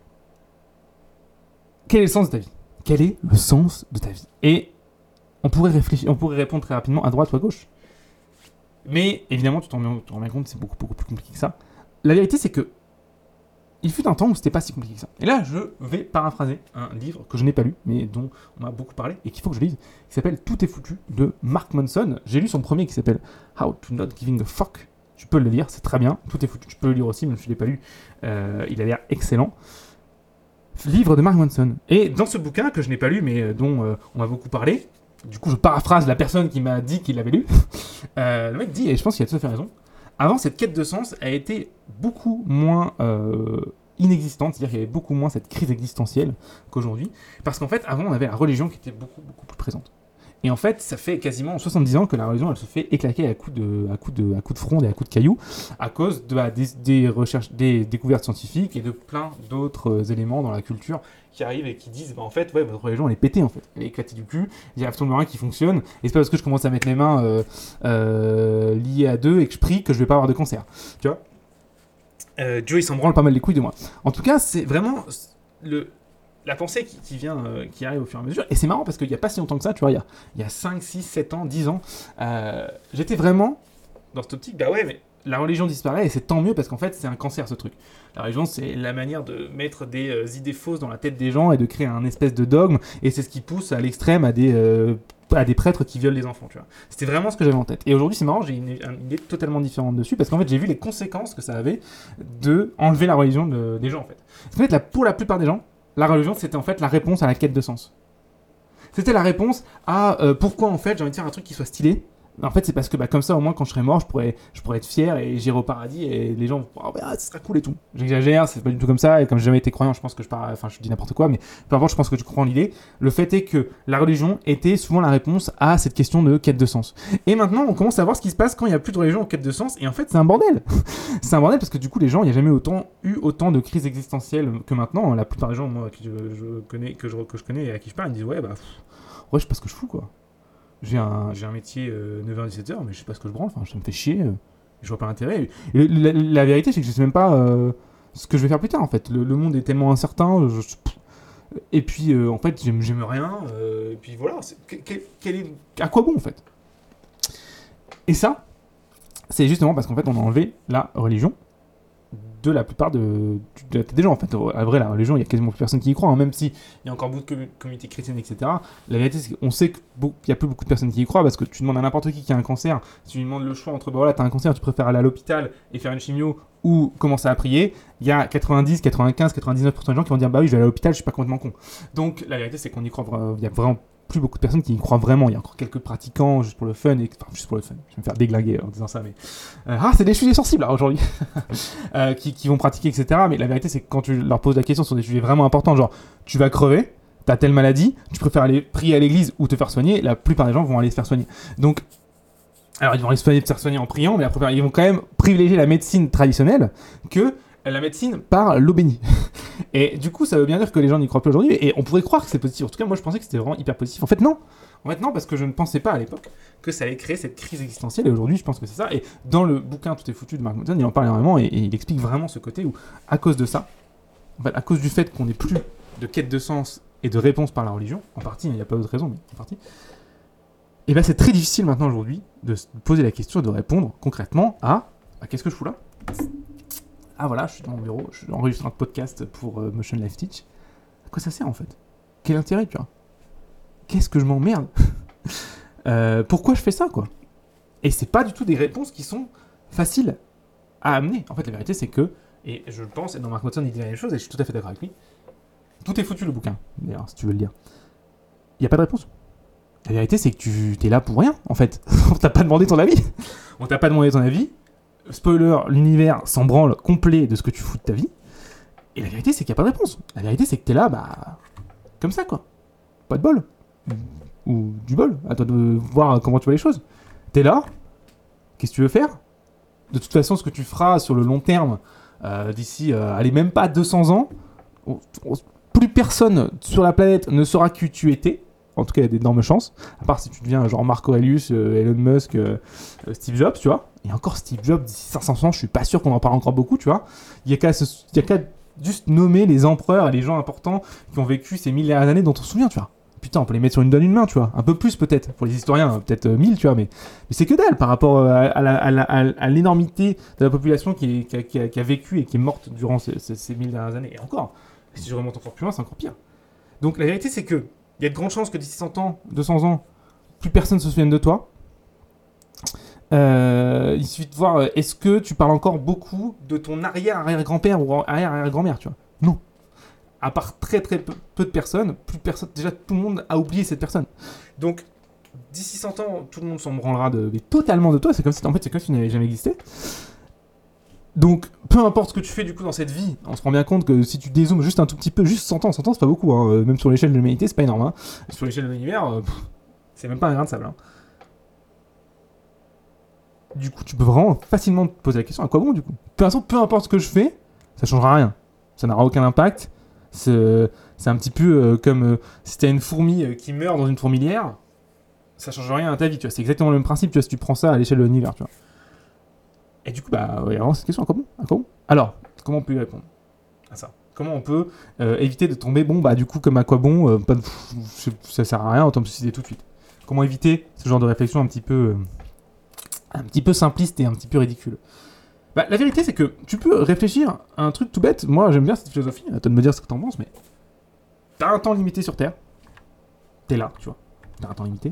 S1: Quel est le sens de ta vie ? Quel est le sens de ta vie ? Et on pourrait réfléchir, on pourrait répondre très rapidement à droite ou à gauche. Mais évidemment, tu t'en rends bien compte, c'est beaucoup, beaucoup plus compliqué que ça. La vérité, c'est que il fut un temps où c'était pas si compliqué que ça. Et là, je vais paraphraser un livre que je n'ai pas lu, mais dont on m'a beaucoup parlé et qu'il faut que je lise, qui s'appelle Tout est foutu de Mark Manson. J'ai lu son premier qui s'appelle How to Not Giving a Fuck. Tu peux le lire, c'est très bien. Tout est foutu. Tu peux le lire aussi, même si je l'ai pas lu. Euh, il a l'air excellent. Livre de Mark Manson. Et dans ce bouquin, que je n'ai pas lu, mais dont euh, on m'a beaucoup parlé, du coup je paraphrase la personne qui m'a dit qu'il l'avait lu, euh, le mec dit, et je pense qu'il a tout à fait raison, avant cette quête de sens a été beaucoup moins euh, inexistante, c'est-à-dire qu'il y avait beaucoup moins cette crise existentielle qu'aujourd'hui, parce qu'en fait avant on avait la religion qui était beaucoup beaucoup plus présente. Et en fait, ça fait quasiment soixante-dix ans que la religion, elle se fait éclaquer à coups de, à coups de, à coups de fronde et à coups de cailloux, à cause de, bah, des, des recherches, des découvertes scientifiques et de plein d'autres euh, éléments dans la culture qui arrivent et qui disent, bah, en fait, ouais, votre religion, elle est pétée, en fait. Elle est éclatée du cul, il y a absolument rien qui fonctionne, et c'est pas parce que je commence à mettre les mains euh, euh, liées à deux et que je prie que je vais pas avoir de cancer. Tu vois euh, Dieu, il s'en branle pas mal les couilles de moi. En tout cas, c'est vraiment le... la pensée qui, qui vient, euh, qui arrive au fur et à mesure. Et c'est marrant parce qu'il n'y a pas si longtemps que ça, tu vois, il y a, il y a cinq, six, sept ans, dix ans, euh, j'étais vraiment dans cette optique, bah ouais, mais la religion disparaît et c'est tant mieux parce qu'en fait, c'est un cancer ce truc. La religion, c'est la manière de mettre des euh, idées fausses dans la tête des gens et de créer un espèce de dogme, et c'est ce qui pousse à l'extrême à des, euh, à des prêtres qui violent les enfants, tu vois. C'était vraiment ce que j'avais en tête. Et aujourd'hui, c'est marrant, j'ai une, une idée totalement différente dessus parce qu'en fait, j'ai vu les conséquences que ça avait de enlever la religion de, des gens, en fait. Parce qu'en fait, là, pour la plupart des gens, la religion, c'était en fait la réponse à la quête de sens. C'était la réponse à euh, pourquoi en fait j'ai envie de faire un truc qui soit stylé, En fait, c'est parce que bah, comme ça, au moins, quand je serai mort, je pourrais, je pourrais être fier et j'irai au paradis et les gens vont oh, bah, ce sera cool et tout. J'exagère, c'est pas du tout comme ça. Et comme j'ai jamais été croyant, je pense que je parle, enfin, je dis n'importe quoi, mais peu importe, je pense que tu comprends l'idée. Le fait est que la religion était souvent la réponse à cette question de quête de sens. Et maintenant, on commence à voir ce qui se passe quand il n'y a plus de religion en quête de sens. Et en fait, c'est un bordel. C'est un bordel parce que du coup, les gens, il n'y a jamais autant eu autant de crises existentielles que maintenant. La plupart des gens, moi, que je, je connais, que je, que je connais et à qui je parle, ils disent ouais, bah, pff, ouais, je sais pas ce que je fous, quoi. J'ai un, j'ai un métier euh, neuf heures dix-sept heures, mais je sais pas ce que je branle, enfin, ça me fait chier, euh, je vois pas l'intérêt. Et la, la vérité, c'est que je sais même pas euh, ce que je vais faire plus tard, en fait. Le, le monde est tellement incertain, je, je, et puis, euh, en fait, j'aime, j'aime rien, euh, et puis voilà, c'est, quel, quel est, à quoi bon, en fait? Et ça, c'est justement parce qu'en fait, on a enlevé la religion de la plupart de, de, de des gens, en fait. À vrai, la religion, il y a quasiment plus personne qui y croit, hein, même s'il y a encore beaucoup de com- communautés chrétiennes, et cetera. La vérité, c'est qu'on sait qu'il n'y a plus beaucoup de personnes qui y croient, parce que tu demandes à n'importe qui qui a un cancer, si tu lui demandes le choix entre, bah voilà, t'as un cancer, tu préfères aller à l'hôpital et faire une chimio ou commencer à prier, il y a quatre-vingt-dix, quatre-vingt-quinze, quatre-vingt-dix-neuf pour cent des gens qui vont dire, bah oui, je vais aller à l'hôpital, je suis pas complètement con. Donc, la vérité, c'est qu'on y croit, il y a vraiment plus beaucoup de personnes qui y croient vraiment. Il y a encore quelques pratiquants juste pour le fun, et... enfin juste pour le fun. Je vais me faire déglinguer en disant ça, mais euh, ah, c'est des sujets sensibles là aujourd'hui, euh, qui, qui vont pratiquer, et cetera. Mais la vérité, c'est que quand tu leur poses la question sur des sujets vraiment importants, genre tu vas crever, t'as telle maladie, tu préfères aller prier à l'église ou te faire soigner, la plupart des gens vont aller se faire soigner. Donc, alors ils vont aller se faire soigner en priant, mais après ils vont quand même privilégier la médecine traditionnelle que la médecine par l'eau bénie. Et du coup, ça veut bien dire que les gens n'y croient plus aujourd'hui. Et on pourrait croire que c'est positif. En tout cas, moi, je pensais que c'était vraiment hyper positif. En fait, non. En fait, non, parce que je ne pensais pas à l'époque que ça allait créer cette crise existentielle. Et aujourd'hui, je pense que c'est ça. Et dans le bouquin Tout est foutu de Mark Manson, il en parle énormément et, et il explique vraiment ce côté où, à cause de ça, en fait, à cause du fait qu'on n'ait plus de quête de sens et de réponse par la religion, en partie, il n'y a pas d'autre raison, mais en partie, et bien c'est très difficile maintenant aujourd'hui de se poser la question et de répondre concrètement à, à qu'est-ce que je fous là ? Ah voilà, je suis dans mon bureau, je enregistre un podcast pour euh, Motion Life Teach. À quoi ça sert en fait ? Quel intérêt, tu vois ? Qu'est-ce que je m'emmerde ? euh, Pourquoi je fais ça, quoi ? Et c'est pas du tout des réponses qui sont faciles à amener. En fait, la vérité, c'est que, et je le pense, et dans Mark Manson, il dit la même chose, et je suis tout à fait d'accord avec lui, tout est foutu le bouquin, d'ailleurs, si tu veux le lire. Il n'y a pas de réponse. La vérité, c'est que tu es là pour rien, en fait. On t'a pas demandé ton avis. On t'a pas demandé ton avis. Spoiler, l'univers s'en branle complet de ce que tu fous de ta vie. Et la vérité, c'est qu'il n'y a pas de réponse. La vérité, c'est que t'es là, bah, comme ça, quoi. Pas de bol. Ou du bol. À toi de voir comment tu vois les choses. T'es là. Qu'est-ce que tu veux faire ? De toute façon, ce que tu feras sur le long terme, euh, d'ici, euh, allez, même pas deux cents ans, on, on, plus personne sur la planète ne saura qui tu étais. En tout cas, il y a d'énormes chances. À part si tu deviens genre Marc Aurelius, euh, Elon Musk, euh, euh, Steve Jobs, tu vois. Et encore Steve Jobs, d'ici cinq cents ans, je suis pas sûr qu'on en parle encore beaucoup, tu vois. Il y a qu'à, se, il y a qu'à juste nommer les empereurs et les gens importants qui ont vécu ces milliards d'années dont on se souvient, tu vois. Putain, on peut les mettre sur une donne une main, tu vois. Un peu plus peut-être, pour les historiens, peut-être euh, mille, tu vois. Mais, mais c'est que dalle par rapport à, à, la, à, la, à l'énormité de la population qui, est, qui, a, qui, a, qui a vécu et qui est morte durant ces, ces, ces mille dernières années. Et encore, si je remonte encore plus loin, c'est encore pire. Donc la vérité, c'est que il y a de grandes chances que d'ici cent ans, deux cents ans, plus personne ne se souvienne de toi. Euh, il suffit de voir, euh, est-ce que tu parles encore beaucoup de ton arrière-arrière-grand-père ou arrière-arrière-grand-mère, tu vois ? Non. À part très très peu, peu de personnes, plus personne, déjà tout le monde a oublié cette personne. Donc, d'ici cent ans, tout le monde s'en branlera de, mais totalement de toi. C'est comme si, en fait, c'est comme si tu n'avais jamais existé. Donc, peu importe ce que tu fais du coup dans cette vie, on se rend bien compte que si tu dézoomes juste un tout petit peu, juste cent ans, cent ans c'est pas beaucoup, hein. Même sur l'échelle de l'humanité, c'est pas énorme. Hein. Sur l'échelle de l'univers, euh, pff, c'est même pas un grain de sable. Hein. Du coup, tu peux vraiment facilement te poser la question, à quoi bon du coup ? De toute façon, peu importe ce que je fais, ça changera rien. Ça n'aura aucun impact. C'est, c'est un petit peu euh, comme euh, si t'as une fourmi euh, qui meurt dans une fourmilière, ça change rien à ta vie, tu vois. C'est exactement le même principe, tu vois, si tu prends ça à l'échelle de l'univers, tu vois. Et du coup, bah, ouais, vraiment, cette question, à quoi bon ? À quoi bon ? Alors, comment on peut y répondre à ça ? Comment on peut euh, éviter de tomber, bon, bah, du coup, comme à quoi bon, euh, pas de, pff, ça sert à rien, autant me suicider tout de suite. Comment éviter ce genre de réflexion un petit peu, euh, un petit peu simpliste et un petit peu ridicule ? Bah, la vérité, c'est que tu peux réfléchir à un truc tout bête. Moi, j'aime bien cette philosophie, à toi de me dire ce que t'en penses, mais t'as un temps limité sur Terre. T'es là, tu vois. T'as un temps limité.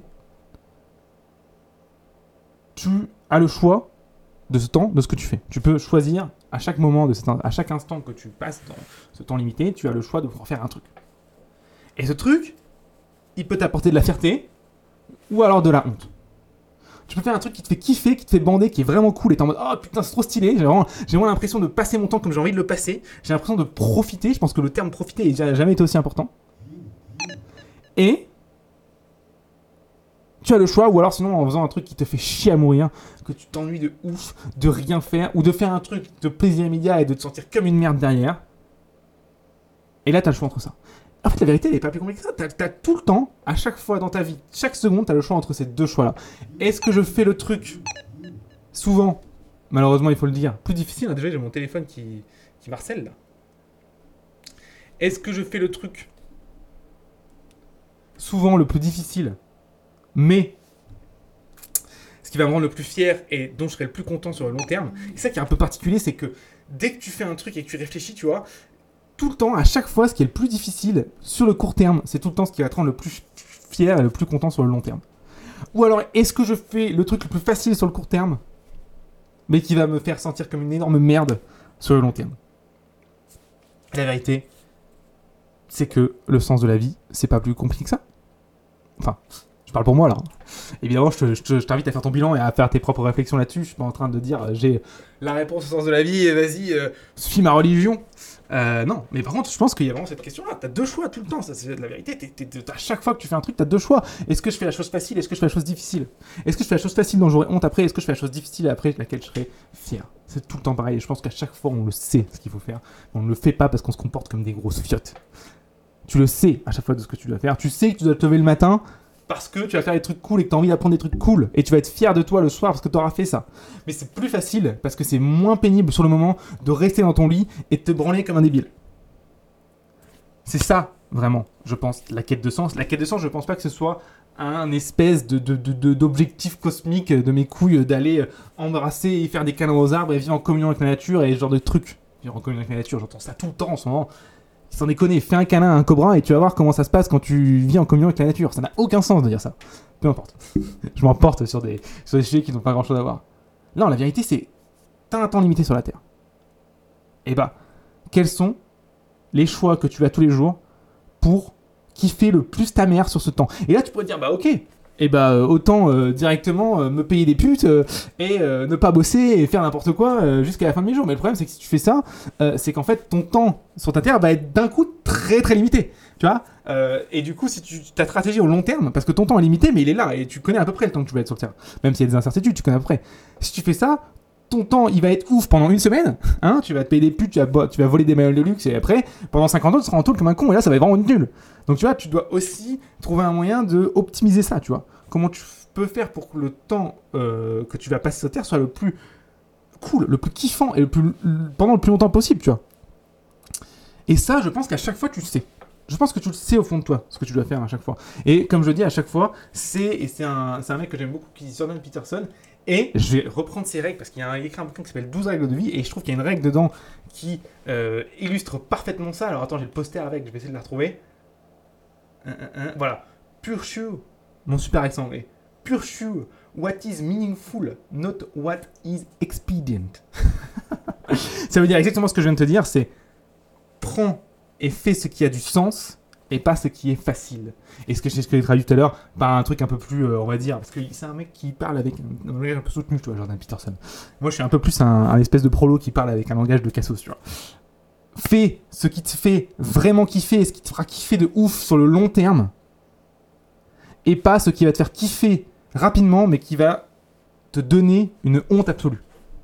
S1: Tu as le choix de ce temps, de ce que tu fais. Tu peux choisir à chaque moment, de cet, à chaque instant que tu passes dans ce temps limité, tu as le choix de pouvoir faire un truc. Et ce truc, il peut t'apporter de la fierté ou alors de la honte. Tu peux faire un truc qui te fait kiffer, qui te fait bander, qui est vraiment cool et t'es en mode oh putain c'est trop stylé. J'ai vraiment, j'ai vraiment l'impression de passer mon temps comme j'ai envie de le passer. J'ai l'impression de profiter. Je pense que le terme profiter n'a jamais été aussi important. Et tu as le choix, ou alors sinon en faisant un truc qui te fait chier à mourir, que tu t'ennuies de ouf, de rien faire, ou de faire un truc de plaisir immédiat et de te sentir comme une merde derrière. Et là, t'as le choix entre ça. En fait, la vérité, elle est pas plus compliquée que ça. T'as, t'as tout le temps, à chaque fois dans ta vie, chaque seconde, t'as le choix entre ces deux choix-là. Est-ce que je fais le truc, souvent, malheureusement, il faut le dire, plus difficile, hein, déjà j'ai mon téléphone qui, qui m'harcèle là. Est-ce que je fais le truc, souvent le plus difficile, mais ce qui va me rendre le plus fier et dont je serai le plus content sur le long terme? Et ça qui est un peu particulier, c'est que dès que tu fais un truc et que tu réfléchis, tu vois, tout le temps, à chaque fois, ce qui est le plus difficile sur le court terme, c'est tout le temps ce qui va te rendre le plus fier et le plus content sur le long terme. Ou alors, est-ce que je fais le truc le plus facile sur le court terme, mais qui va me faire sentir comme une énorme merde sur le long terme? La vérité, c'est que le sens de la vie, c'est pas plus compliqué que ça. Enfin, je parle pour moi là. Évidemment, je, te, je, te, je t'invite à faire ton bilan et à faire tes propres réflexions là-dessus. Je suis pas en train de dire euh, j'ai la réponse au sens de la vie et vas-y, euh, suis ma religion. Euh, non, mais par contre, je pense qu'il y a vraiment cette question-là. T'as deux choix tout le temps, ça c'est la vérité. T'es, t'es, t'es, à chaque fois que tu fais un truc, t'as deux choix. Est-ce que je fais la chose facile? Est-ce que je fais la chose difficile? Est-ce que je fais la chose facile dont j'aurai honte après? Est-ce que je fais la chose difficile après laquelle je serai fier? C'est tout le temps pareil. Et je pense qu'à chaque fois, on le sait ce qu'il faut faire. On ne le fait pas parce qu'on se comporte comme des grosses fiottes. Tu le sais à chaque fois de ce que tu dois faire. Tu sais que tu dois te lever le matin parce que tu vas faire des trucs cool et que tu as envie d'apprendre des trucs cool. Et tu vas être fier de toi le soir parce que tu auras fait ça. Mais c'est plus facile parce que c'est moins pénible sur le moment de rester dans ton lit et de te branler comme un débile. C'est ça, vraiment, je pense, la quête de sens. La quête de sens, je pense pas que ce soit un espèce de, de, de, de, d'objectif cosmique de mes couilles d'aller embrasser et faire des câlins aux arbres et vivre en communion avec la nature et ce genre de trucs. Vivre en communion avec la nature, j'entends ça tout le temps en ce moment. Sans déconner, fais un câlin à un cobra et tu vas voir comment ça se passe quand tu vis en communion avec la nature. Ça n'a aucun sens de dire ça. Peu importe. Je m'emporte sur des, sur des sujets qui n'ont pas grand chose à voir. Non, la vérité c'est, t'as un temps limité sur la Terre. Et bah, quels sont les choix que tu as tous les jours pour kiffer le plus ta mère sur ce temps? Et là tu pourrais te dire, bah ok, et bah euh, autant euh, directement euh, me payer des putes euh, et euh, ne pas bosser et faire n'importe quoi euh, jusqu'à la fin de mes jours. Mais le problème c'est que si tu fais ça, euh, c'est qu'en fait ton temps sur ta terre va être d'un coup très très limité, tu vois. Euh, et du coup si tu ta stratégie au long terme, parce que ton temps est limité mais il est là et tu connais à peu près le temps que tu vas être sur terre, même s'il y a des incertitudes tu connais à peu près. Si tu fais ça, ton temps il va être ouf pendant une semaine, hein, tu vas te payer des putes, tu vas, bo- tu vas voler des bagnoles de luxe et après pendant cinquante ans tu seras en taule comme un con et là ça va être vraiment nul. Donc tu vois, tu dois aussi trouver un moyen de optimiser ça, tu vois. Comment tu peux faire pour que le temps euh, que tu vas passer sur Terre soit le plus cool, le plus kiffant et le plus, le, pendant le plus longtemps possible, tu vois. Et ça, je pense qu'à chaque fois tu le sais. Je pense que tu le sais au fond de toi, ce que tu dois faire à chaque fois. Et comme je dis à chaque fois, c'est et c'est un c'est un mec que j'aime beaucoup qui dit Jordan Peterson. Et je vais reprendre ses règles parce qu'il y a un, il écrit un bouquin qui s'appelle douze règles de vie et je trouve qu'il y a une règle dedans qui euh, illustre parfaitement ça. Alors attends, j'ai le poster avec, je vais essayer de la retrouver. Un, un, un, voilà. Pursue, mon super accent anglais. Pursue what is meaningful, not what is expedient. Ça veut dire exactement ce que je viens de te dire, c'est prends et fais ce qui a du sens et pas ce qui est facile. Et ce que, c'est ce que j'ai traduit tout à l'heure par un truc un peu plus, euh, on va dire, parce que c'est un mec qui parle avec un, un langage un peu soutenu, tu vois, Jordan Peterson. Moi, je suis un peu plus un, un espèce de prolo qui parle avec un langage de cassos, tu vois. Fais ce qui te fait vraiment kiffer, ce qui te fera kiffer de ouf sur le long terme, et pas ce qui va te faire kiffer rapidement, mais qui va te donner une honte absolue.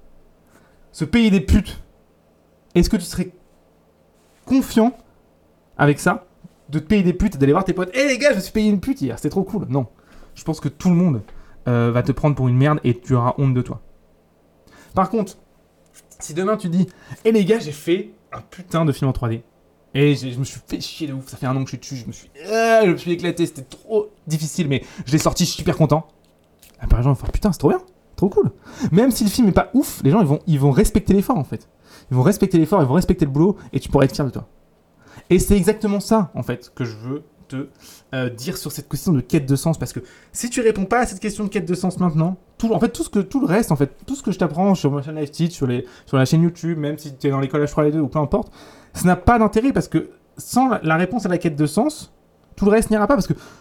S1: Se payer des putes, est-ce que tu serais confiant avec ça, de te payer des putes, d'aller voir tes potes, hé hey, les gars, je me suis payé une pute hier, c'était trop cool. Non, je pense que tout le monde euh, va te prendre pour une merde et tu auras honte de toi. Par contre, si demain tu dis, hé hey, les gars, j'ai fait un putain de film en trois D, et je me suis fait chier de ouf, ça fait un an que je suis dessus, je me suis, euh, je me suis éclaté, c'était trop difficile, mais je l'ai sorti, je suis super content. Ah, par exemple, putain, c'est trop bien, trop cool. Même si le film est pas ouf, les gens ils vont, ils vont respecter l'effort en fait. Ils vont respecter l'effort, ils vont respecter le boulot, et tu pourras être fier de toi. Et c'est exactement ça, en fait, que je veux te euh, dire sur cette question de quête de sens. Parce que si tu réponds pas à cette question de quête de sens maintenant, tout, en fait, tout, ce que, tout le reste, en fait, tout ce que je t'apprends sur Motion Life Teach, sur, les, sur la chaîne YouTube, même si tu es dans l'école H trois les deux ou peu importe, ça n'a pas d'intérêt parce que sans la, la réponse à la quête de sens, tout le reste n'ira pas parce que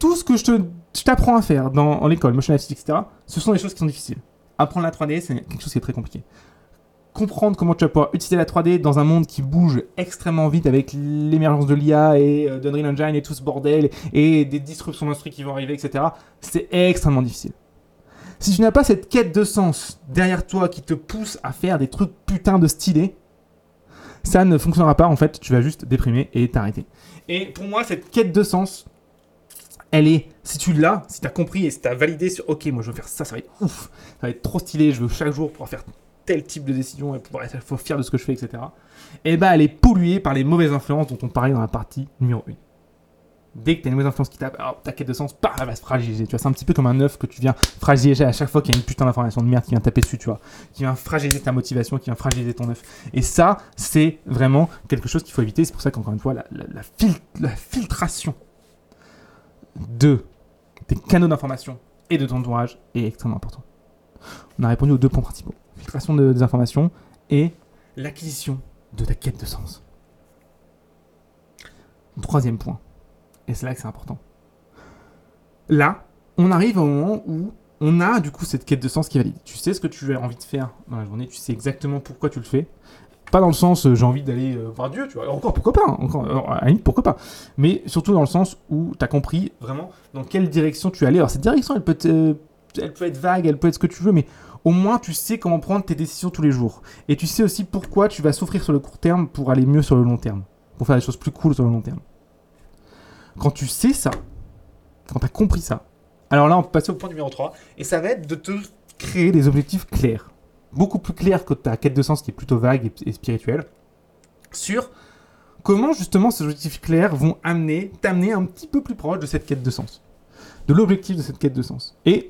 S1: tout ce que je, te, je t'apprends à faire dans en l'école, motion graphics, et cetera, ce sont des choses qui sont difficiles. Apprendre la trois D, c'est quelque chose qui est très compliqué. Comprendre comment tu vas pouvoir utiliser la trois D dans un monde qui bouge extrêmement vite avec l'émergence de l'I A et euh, d'Unreal Engine et tout ce bordel et des disruptions d'instruments qui vont arriver, et cetera, c'est extrêmement difficile. Si tu n'as pas cette quête de sens derrière toi qui te pousse à faire des trucs putain de stylés, ça ne fonctionnera pas, en fait, tu vas juste déprimer et t'arrêter. Et pour moi, cette quête de sens, elle est, si tu l'as, si tu as compris et si tu as validé sur « Ok, moi je veux faire ça, ça va être ouf, ça va être trop stylé, je veux chaque jour pouvoir faire tel type de décision et pouvoir être fier de ce que je fais, et cetera » Et bah, elle est polluée par les mauvaises influences dont on parlait dans la partie numéro un. Dès que tu as une mauvaise influence qui tape, alors, ta quête de sens, bah, elle va se fragiliser. Tu vois, c'est un petit peu comme un œuf que tu viens fragiliser à chaque fois qu'il y a une putain d'information de merde qui vient taper dessus, tu vois, qui vient fragiliser ta motivation, qui vient fragiliser ton œuf. Et ça, c'est vraiment quelque chose qu'il faut éviter. C'est pour ça qu'encore une fois, la, la, la, fil- la filtration de tes canaux d'information et de ton entourage est extrêmement important. On a répondu aux deux points principaux. Filtration de, des informations et l'acquisition de ta quête de sens. Troisième point. Et c'est là que c'est important. Là, on arrive au moment où on a du coup cette quête de sens qui est valide. Tu sais ce que tu as envie de faire dans la journée, tu sais exactement pourquoi tu le fais. Pas dans le sens euh, j'ai envie d'aller euh, voir Dieu, tu vois. Encore pourquoi pas, hein, encore, euh, à la limite pourquoi pas. Mais surtout dans le sens où tu as compris vraiment dans quelle direction tu es allé. Alors cette direction, elle peut, être, euh, elle peut être vague, elle peut être ce que tu veux, mais au moins tu sais comment prendre tes décisions tous les jours. Et tu sais aussi pourquoi tu vas souffrir sur le court terme pour aller mieux sur le long terme. Pour faire des choses plus cool sur le long terme. Quand tu sais ça, quand tu as compris ça, alors là, on peut passer au point numéro trois, et ça va être de te créer des objectifs clairs. Beaucoup plus clairs que ta quête de sens qui est plutôt vague et, et spirituelle, sur comment justement ces objectifs clairs vont amener, t'amener un petit peu plus proche de cette quête de sens, de l'objectif de cette quête de sens. Et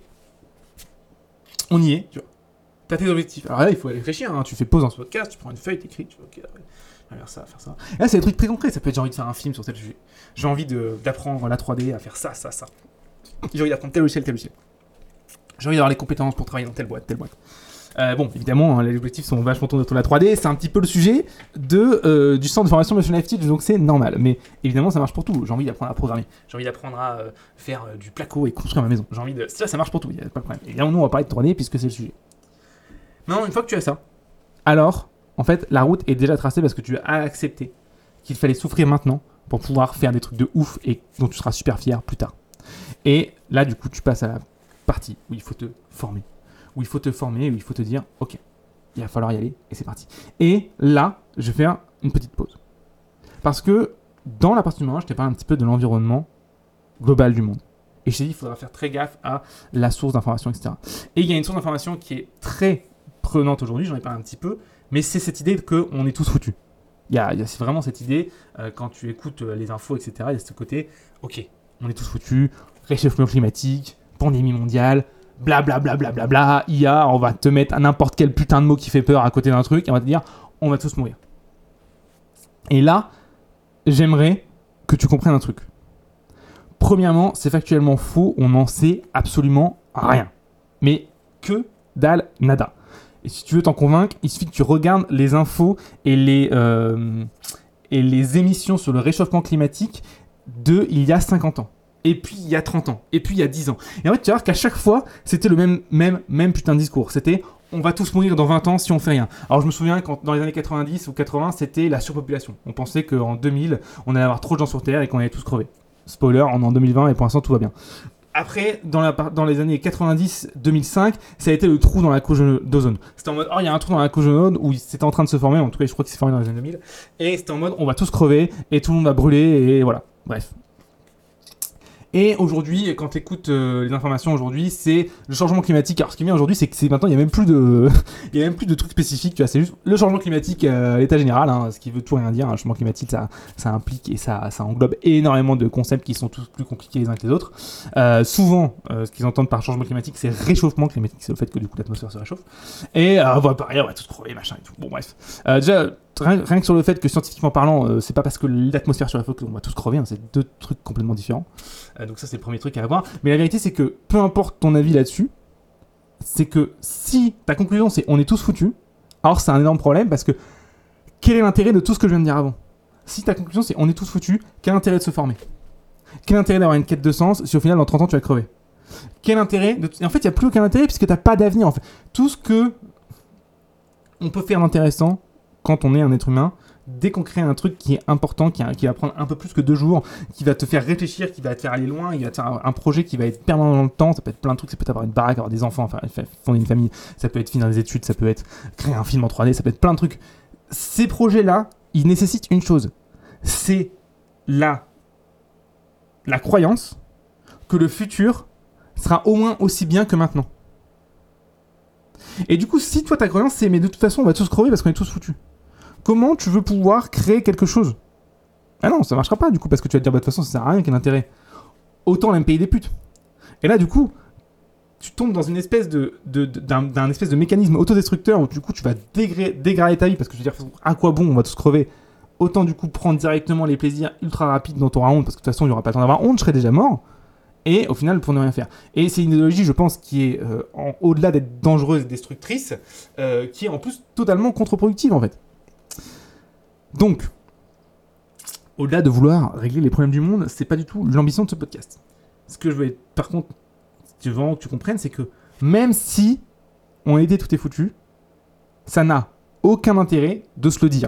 S1: on y est, tu vois. Tu as tes objectifs. Alors là, il faut réfléchir, hein. Tu fais pause dans ce podcast, tu prends une feuille, t'écris, tu fais ok, faire ça, faire ça. Et là, c'est des trucs très concrets. Ça peut être j'ai envie de faire un film sur tel sujet. J'ai envie de, d'apprendre la trois D à faire ça, ça, ça. J'ai envie d'apprendre tel logiciel, tel logiciel. J'ai envie d'avoir les compétences pour travailler dans telle boîte, telle boîte. Euh, bon, évidemment, hein, les objectifs sont vachement tournés autour de la trois D. C'est un petit peu le sujet de, euh, du centre de formation Motion Life Teach, donc c'est normal. Mais évidemment, ça marche pour tout. J'ai envie d'apprendre à programmer. J'ai envie d'apprendre à euh, faire euh, du placo et construire ma maison. J'ai envie de... Ça, ça marche pour tout. Il n'y a pas de problème. Évidemment, nous, on va parler de trois D puisque c'est le sujet. Maintenant, une fois que tu as ça, alors, en fait, la route est déjà tracée parce que tu as accepté qu'il fallait souffrir maintenant pour pouvoir faire des trucs de ouf et dont tu seras super fier plus tard. Et là, du coup, tu passes à la partie où il faut te former. Où il faut te former, où il faut te dire, ok, il va falloir y aller et c'est parti. Et là, je vais faire une petite pause. Parce que dans la partie numéro un, je t'ai parlé un petit peu de l'environnement global du monde. Et je t'ai dit, il faudra faire très gaffe à la source d'information, et cetera. Et il y a une source d'information qui est très prenante aujourd'hui, j'en ai parlé un petit peu, mais c'est cette idée qu'on est tous foutus. Il y a, il y a c'est vraiment cette idée, euh, quand tu écoutes euh, les infos, et cetera, il y a ce côté, ok, on est tous foutus, réchauffement climatique, pandémie mondiale, blablabla, bla, bla, bla, bla, I A, on va te mettre n'importe quel putain de mot qui fait peur à côté d'un truc, et on va te dire, on va tous mourir. Et là, j'aimerais que tu comprennes un truc. Premièrement, c'est factuellement faux, on n'en sait absolument rien. Mais que dalle nada. Et si tu veux t'en convaincre, il suffit que tu regardes les infos et les, euh, et les émissions sur le réchauffement climatique de il y a cinquante ans. Et puis il y a trente ans. Et puis il y a dix ans. Et en fait, tu vas voir qu'à chaque fois, c'était le même, même, même putain de discours. C'était on va tous mourir dans vingt ans si on fait rien. Alors je me souviens quand dans les années quatre-vingt-dix ou quatre-vingts, c'était la surpopulation. On pensait qu'en deux mille, on allait avoir trop de gens sur Terre et qu'on allait tous crever. Spoiler, on est en deux mille vingt et pour l'instant tout va bien. Après, dans, la, dans les années quatre-vingt-dix deux mille cinq, ça a été le trou dans la couche d'ozone. C'était en mode, oh, il y a un trou dans la couche d'ozone où c'était en train de se former, en tout cas, je crois qu'il s'est formé dans les années deux mille. Et c'était en mode, on va tous crever et tout le monde va brûler et voilà. Bref. Et aujourd'hui, quand tu écoutes euh, les informations aujourd'hui, c'est le changement climatique. Alors ce qui est bien aujourd'hui, c'est que c'est maintenant il y a même plus de, il y a même plus de trucs spécifiques. Tu vois, c'est juste le changement climatique euh, à l'état général, hein, ce qui veut tout rien dire. Un hein. changement climatique, ça, ça implique et ça, ça englobe énormément de concepts qui sont tous plus compliqués les uns que les autres. Euh, souvent, euh, ce qu'ils entendent par changement climatique, c'est réchauffement climatique, c'est le fait que du coup l'atmosphère se réchauffe. Et euh, voilà, pareil, on va tous crever, machin et tout. Bon bref. Euh, déjà. Rien, rien que sur le fait que scientifiquement parlant, euh, c'est pas parce que l'atmosphère se réchauffe qu'on va tous crever, hein, c'est deux trucs complètement différents. Euh, donc ça c'est le premier truc à avoir. Mais la vérité c'est que peu importe ton avis là-dessus, c'est que si ta conclusion c'est on est tous foutus, alors c'est un énorme problème parce que quel est l'intérêt de tout ce que je viens de dire avant ? Si ta conclusion c'est on est tous foutus, quel est l'intérêt de se former ? Quel intérêt d'avoir une quête de sens si au final dans trente ans tu vas crever? Quel intérêt de... Et en fait, il n'y a plus aucun intérêt puisque tu n'as pas d'avenir. En fait. Tout ce que on peut faire d'intéressant quand on est un être humain, dès qu'on crée un truc qui est important, qui, a, qui va prendre un peu plus que deux jours, qui va te faire réfléchir, qui va te faire aller loin, il va te faire un, un projet qui va être permanent dans le temps, ça peut être plein de trucs, ça peut être avoir une baraque, avoir des enfants, enfin, fonder une famille, ça peut être finir des études, ça peut être créer un film en trois D, ça peut être plein de trucs. Ces projets-là, ils nécessitent une chose, c'est la, la croyance que le futur sera au moins aussi bien que maintenant. Et du coup, si toi ta croyance c'est mais de toute façon on va tous crever parce qu'on est tous foutus. Comment tu veux pouvoir créer quelque chose? Ah non, ça marchera pas du coup parce que tu vas te dire bah de toute façon ça sert à rien, quel intérêt. Autant même payer des putes. Et là du coup, tu tombes dans une espèce de, de, de d'un, d'un espèce de mécanisme autodestructeur où du coup tu vas dégra- dégrader ta vie parce que je veux dire à quoi bon on va tous crever. Autant du coup prendre directement les plaisirs ultra rapides dont tu auras honte parce que de toute façon il n'y aura pas le temps d'avoir honte, je serai déjà mort. Et au final, pour ne rien faire. Et c'est une idéologie, je pense, qui est, euh, en, au-delà d'être dangereuse et destructrice, euh, qui est en plus totalement contre-productive, en fait. Donc, au-delà de vouloir régler les problèmes du monde, c'est pas du tout l'ambition de ce podcast. Ce que je veux, par contre, ce que je veux que tu comprennes, c'est que même si on était tout est foutu, ça n'a aucun intérêt de se le dire.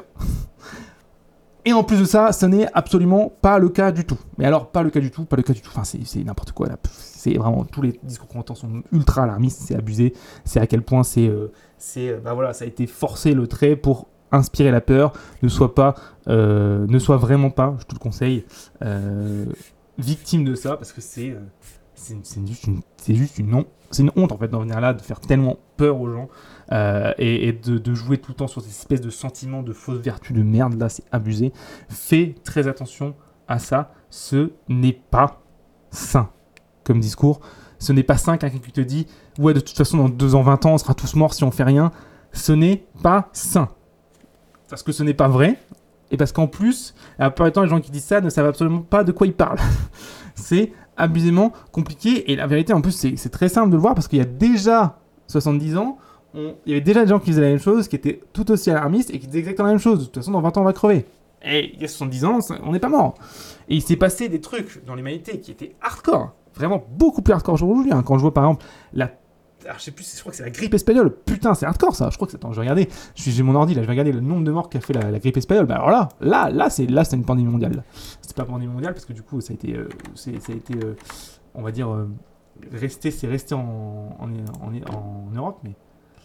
S1: Et en plus de ça, ce n'est absolument pas le cas du tout. Mais alors, pas le cas du tout, pas le cas du tout. Enfin, c'est, c'est n'importe quoi là. C'est vraiment, tous les discours qu'on entend sont ultra alarmistes, c'est abusé. C'est à quel point c'est, euh, c'est, bah voilà, ça a été forcé le trait pour inspirer la peur. Ne sois pas, euh, ne sois vraiment pas, je te le conseille, euh, victime de ça parce que c'est, euh, c'est, c'est juste une, c'est juste une honte. C'est une honte en fait d'en venir là, de faire tellement peur aux gens. Euh, et, et de, de jouer tout le temps sur ces espèces de sentiments de fausse vertu de merde, là c'est abusé. Fais très attention à ça, ce n'est pas sain comme discours. Ce n'est pas sain quelqu'un qui te dit ouais de toute façon dans deux ans, vingt ans on sera tous morts si on fait rien. Ce n'est pas sain. Parce que ce n'est pas vrai, et parce qu'en plus, la plupart du temps les gens qui disent ça ne savent absolument pas de quoi ils parlent. C'est abusément compliqué, et la vérité en plus c'est, c'est très simple de le voir parce qu'il y a déjà soixante-dix ans, on... il y avait déjà des gens qui faisaient la même chose, qui étaient tout aussi alarmistes et qui disaient exactement la même chose. De toute façon, dans vingt ans, on va crever. Et il y a soixante-dix ans, on n'est pas mort. Et il s'est passé des trucs dans l'humanité qui étaient hardcore. Vraiment beaucoup plus hardcore aujourd'hui. Hein. Quand je vois par exemple la. Alors, je sais plus, je crois que c'est la grippe espagnole. Putain, c'est hardcore ça. Je crois que c'est. Attends, je vais regarder. Je suis... J'ai mon ordi là, je vais regarder le nombre de morts qu'a fait la, la grippe espagnole. Bah alors là, là, là, c'est, là, c'est une pandémie mondiale. Là. C'est pas une pandémie mondiale parce que du coup, ça a été. Euh, c'est, ça a été euh, on va dire. Euh, resté, c'est resté en, en, en, en Europe, mais.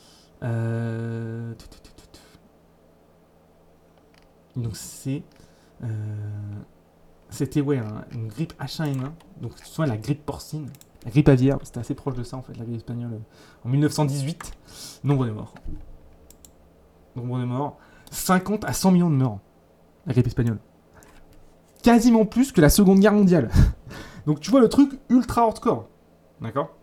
S1: Euh... Donc c'est euh... c'était ouais un, une grippe H un N un, donc soit la grippe porcine, la grippe aviaire, c'était assez proche de ça en fait, la grippe espagnole en dix-neuf cent dix-huit. Nombre de morts, nombre de morts, cinquante à cent millions de morts, la grippe espagnole, quasiment plus que la Seconde Guerre mondiale. Donc tu vois le truc ultra hardcore, d'accord?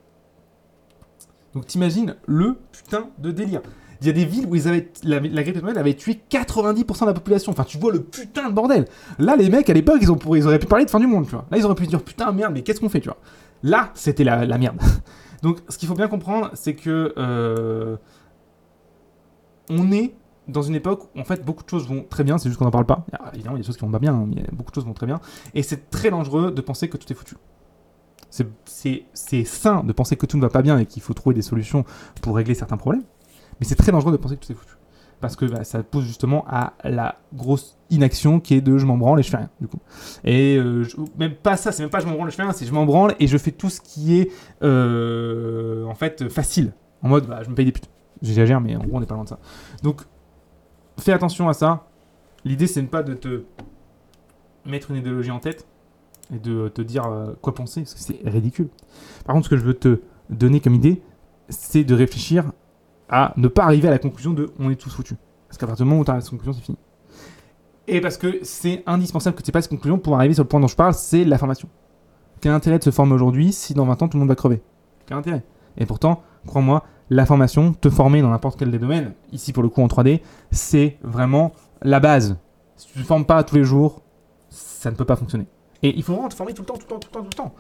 S1: Donc t'imagines le putain de délire. Il y a des villes où ils avaient, la, la grippe espagnole avait tué quatre-vingt-dix pour cent de la population. Enfin, tu vois le putain de bordel. Là, les mecs, à l'époque, ils, ont, ils auraient pu parler de fin du monde, tu vois. Là, ils auraient pu dire, putain, merde, mais qu'est-ce qu'on fait, tu vois. Là, c'était la, la merde. Donc, ce qu'il faut bien comprendre, c'est que euh, on est dans une époque où, en fait, beaucoup de choses vont très bien. C'est juste qu'on n'en parle pas. Alors, évidemment, il y a des choses qui vont pas bien, hein, mais beaucoup de choses vont très bien. Et c'est très dangereux de penser que tout est foutu. C'est, c'est, c'est sain de penser que tout ne va pas bien et qu'il faut trouver des solutions pour régler certains problèmes. Mais c'est très dangereux de penser que tout est foutu. Parce que bah, ça pousse justement à la grosse inaction qui est de je m'en branle et je fais rien, du coup. Et euh, je, même pas ça, c'est même pas je m'en branle et je fais rien, c'est je m'en branle et je fais tout ce qui est euh, en fait facile. En mode, bah, je me paye des putes. J'exagère, mais en gros, on n'est pas loin de ça. Donc, fais attention à ça. L'idée, c'est pas de te mettre une idéologie en tête et de te dire euh, quoi penser, parce que c'est ridicule. Par contre, ce que je veux te donner comme idée, c'est de réfléchir à ne pas arriver à la conclusion de on est tous foutus. Parce qu'à partir du moment où tu as cette conclusion, c'est fini. Et parce que c'est indispensable que tu aies pas cette conclusion pour arriver sur le point dont je parle, c'est la formation. Quel intérêt de se former aujourd'hui si dans vingt ans tout le monde va crever? Quel intérêt? Et pourtant, crois-moi, la formation, te former dans n'importe quel des domaines, ici pour le coup en trois D, c'est vraiment la base. Si tu ne te formes pas tous les jours, ça ne peut pas fonctionner. Et il faut vraiment te former tout le temps, tout le temps, tout le temps, tout le temps.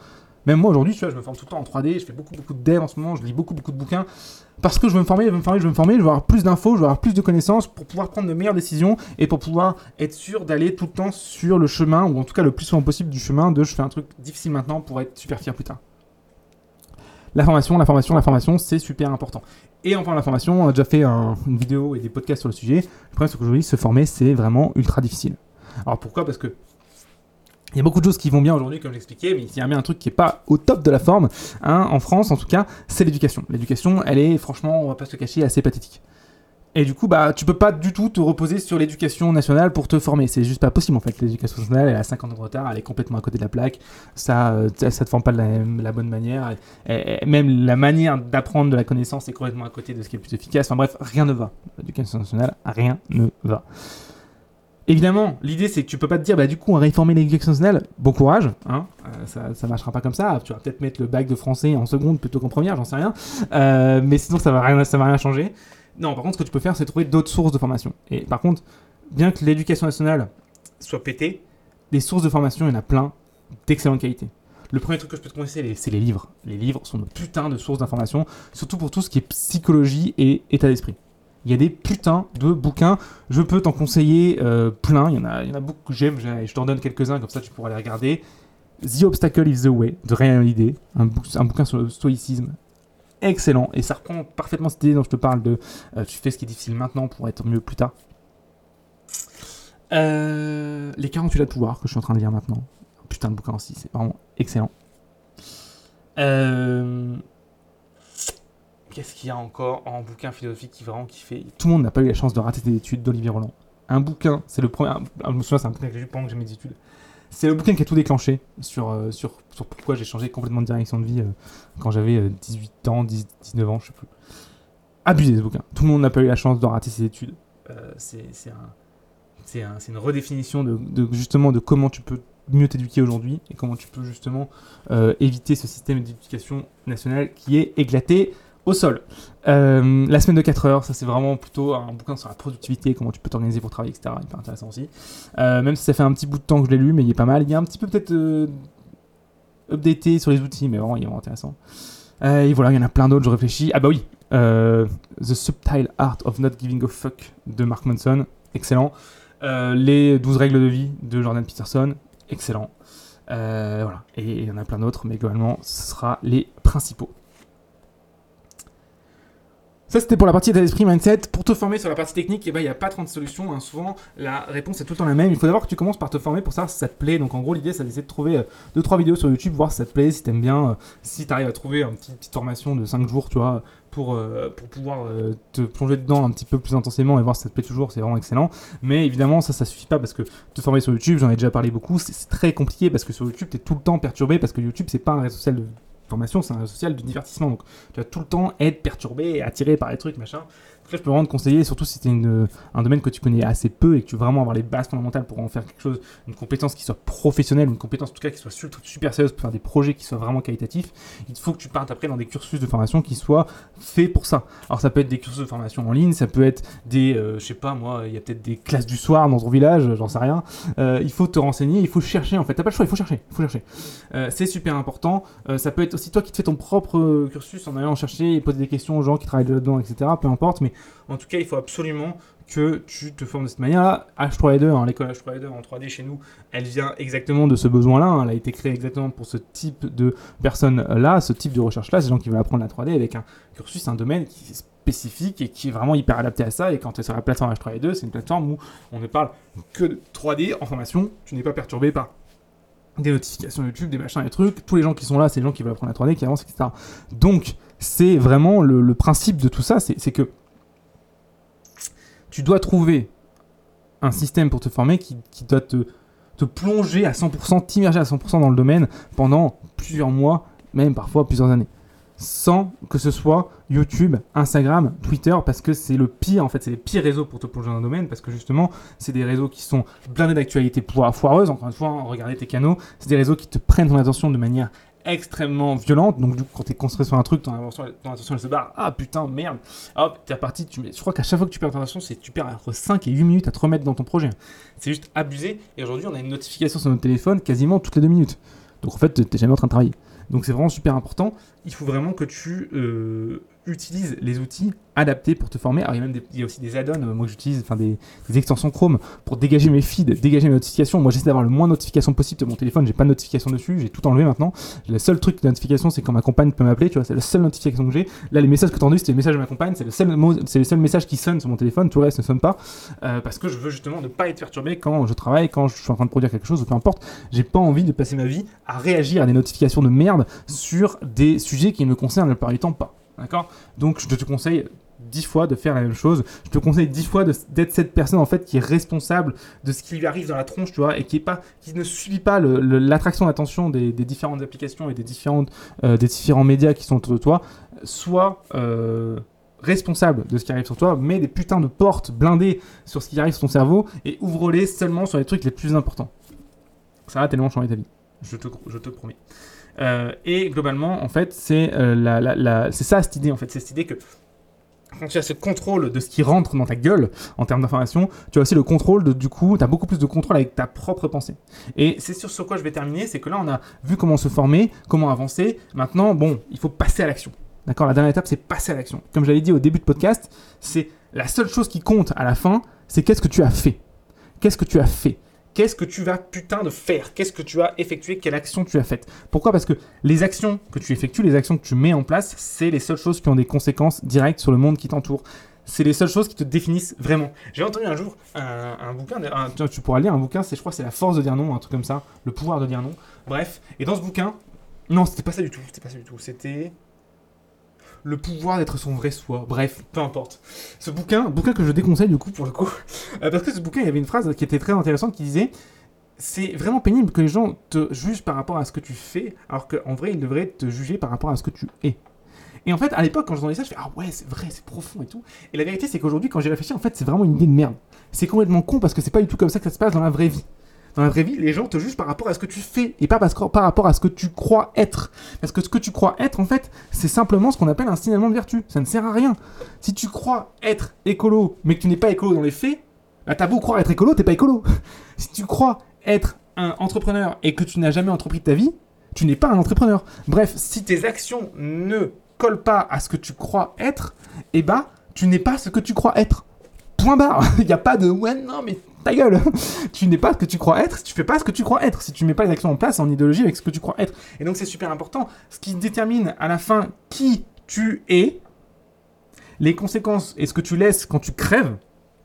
S1: Même moi aujourd'hui, tu vois, je me forme tout le temps en trois D, je fais beaucoup beaucoup de dev en ce moment, je lis beaucoup beaucoup de bouquins parce que je veux me former, je veux me former, je veux me former, je veux avoir plus d'infos, je veux avoir plus de connaissances pour pouvoir prendre de meilleures décisions et pour pouvoir être sûr d'aller tout le temps sur le chemin, ou en tout cas le plus souvent possible du chemin de je fais un truc difficile maintenant pour être super fier plus tard. La formation, la formation, la formation, c'est super important. Et en parlant de la formation, on a déjà fait un, une vidéo et des podcasts sur le sujet. Le problème, c'est qu'aujourd'hui, se former, c'est vraiment ultra difficile. Alors pourquoi ? Parce que il y a beaucoup de choses qui vont bien aujourd'hui, comme j'expliquais, mais il y a bien un truc qui n'est pas au top de la forme, hein, en France en tout cas, c'est l'éducation. L'éducation, elle est, franchement, on va pas se le cacher, assez pathétique. Et du coup, bah, tu peux pas du tout te reposer sur l'éducation nationale pour te former. C'est juste pas possible en fait. L'éducation nationale, elle a cinquante ans de retard, elle est complètement à côté de la plaque. Ça, euh, ça, ça te forme pas de la, la bonne manière. Et, et même la manière d'apprendre de la connaissance est complètement à côté de ce qui est le plus efficace. Enfin bref, rien ne va. L'éducation nationale, rien ne va. Évidemment, l'idée c'est que tu peux pas te dire, bah du coup, on va réformer l'éducation nationale. Bon courage, hein. Euh, ça, ça marchera pas comme ça. Tu vas peut-être mettre le bac de français en seconde plutôt qu'en première, j'en sais rien. Euh, mais sinon, ça va rien, ça va rien changer. Non, par contre, ce que tu peux faire, c'est trouver d'autres sources de formation. Et par contre, bien que l'éducation nationale soit pétée, les sources de formation, il y en a plein d'excellente qualité. Le premier truc que je peux te conseiller, c'est les livres. Les livres sont de putain de sources d'information, surtout pour tout ce qui est psychologie et état d'esprit. Il y a des putains de bouquins. Je peux t'en conseiller euh, plein. Il y en a, il y en a beaucoup que j'aime. Je t'en donne quelques-uns, comme ça tu pourras les regarder. The Obstacle is the Way, de Ryan Holiday, un, bou- un bouquin sur le stoïcisme. Excellent, et ça reprend parfaitement cette idée dont je te parle de euh, tu fais ce qui est difficile maintenant pour être mieux plus tard. Euh, les quarante-huit lois de pouvoir que je suis en train de lire maintenant. Putain de bouquin aussi, c'est vraiment excellent. Euh... Qu'est-ce qu'il y a encore en bouquin philosophique qui vraiment kiffé ? Tout le monde n'a pas eu la chance de rater ses études d'Olivier Roland. Un bouquin, c'est le premier. Je me souviens, c'est un bouquin que j'ai lu pendant que j'ai mes études. C'est le bouquin qui a tout déclenché sur, euh, sur, sur pourquoi j'ai changé complètement de direction de vie euh, quand j'avais euh, dix-huit ans, dix, dix-neuf ans, je sais plus. Abusé ce bouquin. Tout le monde n'a pas eu la chance de rater ses études. Euh, c'est, c'est, un, c'est, un, c'est une redéfinition de, de, justement de comment tu peux mieux t'éduquer aujourd'hui et comment tu peux justement euh, éviter ce système d'éducation nationale qui est éclaté au sol. Euh, la semaine de quatre heures, ça c'est vraiment plutôt un bouquin sur la productivité, comment tu peux t'organiser pour travailler, et cetera. Hyper intéressant aussi. Euh, même si ça fait un petit bout de temps que je l'ai lu, mais il est pas mal. Il y a un petit peu peut-être euh, updaté sur les outils, mais vraiment il est vraiment intéressant. Euh, et voilà, il y en a plein d'autres, je réfléchis. Ah bah oui, euh, The Subtle Art of Not Giving a Fuck de Mark Manson, excellent. Euh, les douze règles de vie de Jordan Peterson, excellent. Euh, voilà, et il y en a plein d'autres, mais globalement, ce sera les principaux. Ça, c'était pour la partie état d'esprit, mindset. Pour te former sur la partie technique, il eh n'y ben, a pas trente solutions. Hein. Souvent, la réponse est tout le temps la même. Il faut d'abord que tu commences par te former pour savoir si ça te plaît. Donc, en gros, l'idée, c'est d'essayer de trouver deux trois vidéos sur YouTube, voir si ça te plaît, si tu aimes bien, euh, si tu arrives à trouver une petite, petite formation de cinq jours, tu vois, pour, euh, pour pouvoir euh, te plonger dedans un petit peu plus intensément et voir si ça te plaît toujours. C'est vraiment excellent. Mais évidemment, ça, ça suffit pas parce que te former sur YouTube, j'en ai déjà parlé beaucoup, c'est, c'est très compliqué parce que sur YouTube, tu es tout le temps perturbé parce que YouTube, c'est pas un réseau social de formation, c'est un réseau social de divertissement, donc tu vas tout le temps être perturbé et attiré par les trucs, machin. Donc là, je peux vraiment te conseiller, surtout si c'est une, un domaine que tu connais assez peu et que tu veux vraiment avoir les bases fondamentales pour en faire quelque chose, une compétence qui soit professionnelle, une compétence en tout cas qui soit super, super sérieuse pour faire des projets qui soient vraiment qualitatifs. Il faut que tu partes après dans des cursus de formation qui soient faits pour ça. Alors ça peut être des cursus de formation en ligne, ça peut être des, euh, je sais pas moi, il y a peut-être des classes du soir dans ton village, j'en sais rien. Euh, il faut te renseigner, il faut chercher en fait. T'as pas le choix, il faut chercher, il faut chercher. Euh, c'est super important. Euh, ça peut être aussi toi qui te fais ton propre cursus en allant chercher et poser des questions aux gens qui travaillent là-dedans, et cetera. Peu importe, mais en tout cas, il faut absolument que tu te formes de cette manière-là. H trois D deux, hein, l'école H trois D deux en trois D chez nous, elle vient exactement de ce besoin-là. Hein. Elle a été créée exactement pour ce type de personnes-là, ce type de recherche-là. Ces gens qui veulent apprendre la trois D avec un cursus, un domaine qui est spécifique et qui est vraiment hyper adapté à ça. Et quand tu es sur la plateforme H trois D deux, c'est une plateforme où on ne parle que de trois D en formation. Tu n'es pas perturbé par des notifications YouTube, des machins, des trucs. Tous les gens qui sont là, c'est les gens qui veulent apprendre la trois D, qui avancent, et cetera. Donc, c'est vraiment le, le principe de tout ça, c'est, c'est que tu dois trouver un système pour te former qui, qui doit te, te plonger à cent pour cent, t'immerger à cent pour cent dans le domaine pendant plusieurs mois, même parfois plusieurs années. Sans que ce soit YouTube, Instagram, Twitter, parce que c'est le pire, en fait, c'est les pires réseaux pour te plonger dans un domaine, parce que justement, c'est des réseaux qui sont blindés d'actualités foireuses, encore une fois, hein, regardez tes canaux, c'est des réseaux qui te prennent ton attention de manière extrêmement violente, donc du coup, quand t'es concentré sur un truc, ton attention, ton attention elle se barre, ah putain, merde, hop, t'es reparti, tu mets... je crois qu'à chaque fois que tu perds ton attention, c'est tu perds entre cinq et huit minutes à te remettre dans ton projet. C'est juste abusé, et aujourd'hui, on a une notification sur notre téléphone quasiment toutes les deux minutes. Donc en fait, t'es jamais en train de travailler. Donc c'est vraiment super important. Il faut vraiment que tu euh, utilises les outils adaptés pour te former. Alors il y a même des, il y a aussi des add-ons, euh, moi que j'utilise, enfin des, des extensions Chrome pour dégager mes feeds, dégager mes notifications. Moi j'essaie d'avoir le moins de notifications possible de mon téléphone, j'ai pas de notifications dessus, j'ai tout enlevé maintenant. Le seul truc de notification, c'est quand ma compagne peut m'appeler, tu vois, c'est la seule notification que j'ai. Là les messages que tu as entendus, c'était les messages de ma compagne, c'est le seul mot, c'est le seul message qui sonne sur mon téléphone, tout le reste ne sonne pas, euh, parce que je veux justement ne pas être perturbé quand je travaille, quand je suis en train de produire quelque chose, ou peu importe. J'ai pas envie de passer ma vie à réagir à des notifications de merde sur des sujets qui ne me concernent la plupart du temps pas. D'accord ? Donc je te conseille dix fois de faire la même chose. Je te conseille dix fois de, d'être cette personne en fait qui est responsable de ce qui lui arrive dans la tronche, tu vois, et qui est pas, qui ne subit pas le, le, l'attraction d'attention des, des différentes applications et des différentes, euh, des différents médias qui sont autour de toi. Soit euh, responsable de ce qui arrive sur toi, mets des putains de portes blindées sur ce qui arrive sur ton cerveau et ouvre-les seulement sur les trucs les plus importants. Ça va tellement changer ta vie. Je te, je te promets. Euh, et globalement, en fait, c'est, euh, la, la, la, c'est ça cette idée, en fait. C'est cette idée que quand tu as ce contrôle de ce qui rentre dans ta gueule en termes d'information, tu as aussi le contrôle de, du coup, tu as beaucoup plus de contrôle avec ta propre pensée. Et c'est sur ce quoi je vais terminer, c'est que là, on a vu comment se former, comment avancer. Maintenant, bon, il faut passer à l'action. D'accord ? La dernière étape, c'est passer à l'action. Comme j'avais dit au début de podcast, c'est la seule chose qui compte à la fin, c'est qu'est-ce que tu as fait. Qu'est-ce que tu as fait ? Qu'est-ce que tu vas putain de faire ? Qu'est-ce que tu as effectué ? Quelle action tu as faite ? Pourquoi ? Parce que les actions que tu effectues, les actions que tu mets en place, c'est les seules choses qui ont des conséquences directes sur le monde qui t'entoure. C'est les seules choses qui te définissent vraiment. J'ai entendu un jour un, un bouquin, un, tu, tu pourras lire un bouquin, c'est, je crois que c'est La force de dire non, un truc comme ça, Le pouvoir de dire non. Bref, et dans ce bouquin, non, c'était pas ça du tout, c'était pas ça du tout, c'était... Le pouvoir d'être son vrai soi. Bref, peu importe. Ce bouquin, bouquin que je déconseille du coup pour le coup, euh, parce que ce bouquin, il y avait une phrase qui était très intéressante qui disait « C'est vraiment pénible que les gens te jugent par rapport à ce que tu fais, alors qu'en vrai, ils devraient te juger par rapport à ce que tu es. » Et en fait, à l'époque, quand j'entendais ça, je fais « Ah ouais, c'est vrai, c'est profond et tout. » Et la vérité, c'est qu'aujourd'hui, quand j'y réfléchis, en fait, c'est vraiment une idée de merde. C'est complètement con parce que c'est pas du tout comme ça que ça se passe dans la vraie vie. Dans la vraie vie, les gens te jugent par rapport à ce que tu fais et pas parce que, par rapport à ce que tu crois être. Parce que ce que tu crois être, en fait, c'est simplement ce qu'on appelle un signalement de vertu. Ça ne sert à rien. Si tu crois être écolo, mais que tu n'es pas écolo dans les faits, bah t'as beau croire être écolo, t'es pas écolo. Si tu crois être un entrepreneur et que tu n'as jamais entrepris de ta vie, tu n'es pas un entrepreneur. Bref, si tes actions ne collent pas à ce que tu crois être, eh bah, tu n'es pas ce que tu crois être. Point barre. Il n'y a pas de « ouais, non, mais... » ta gueule, tu n'es pas ce que tu crois être si tu fais pas ce que tu crois être, si tu mets pas les actions en place en idéologie avec ce que tu crois être. Et donc c'est super important. Ce qui détermine à la fin qui tu es, les conséquences et ce que tu laisses quand tu crèves,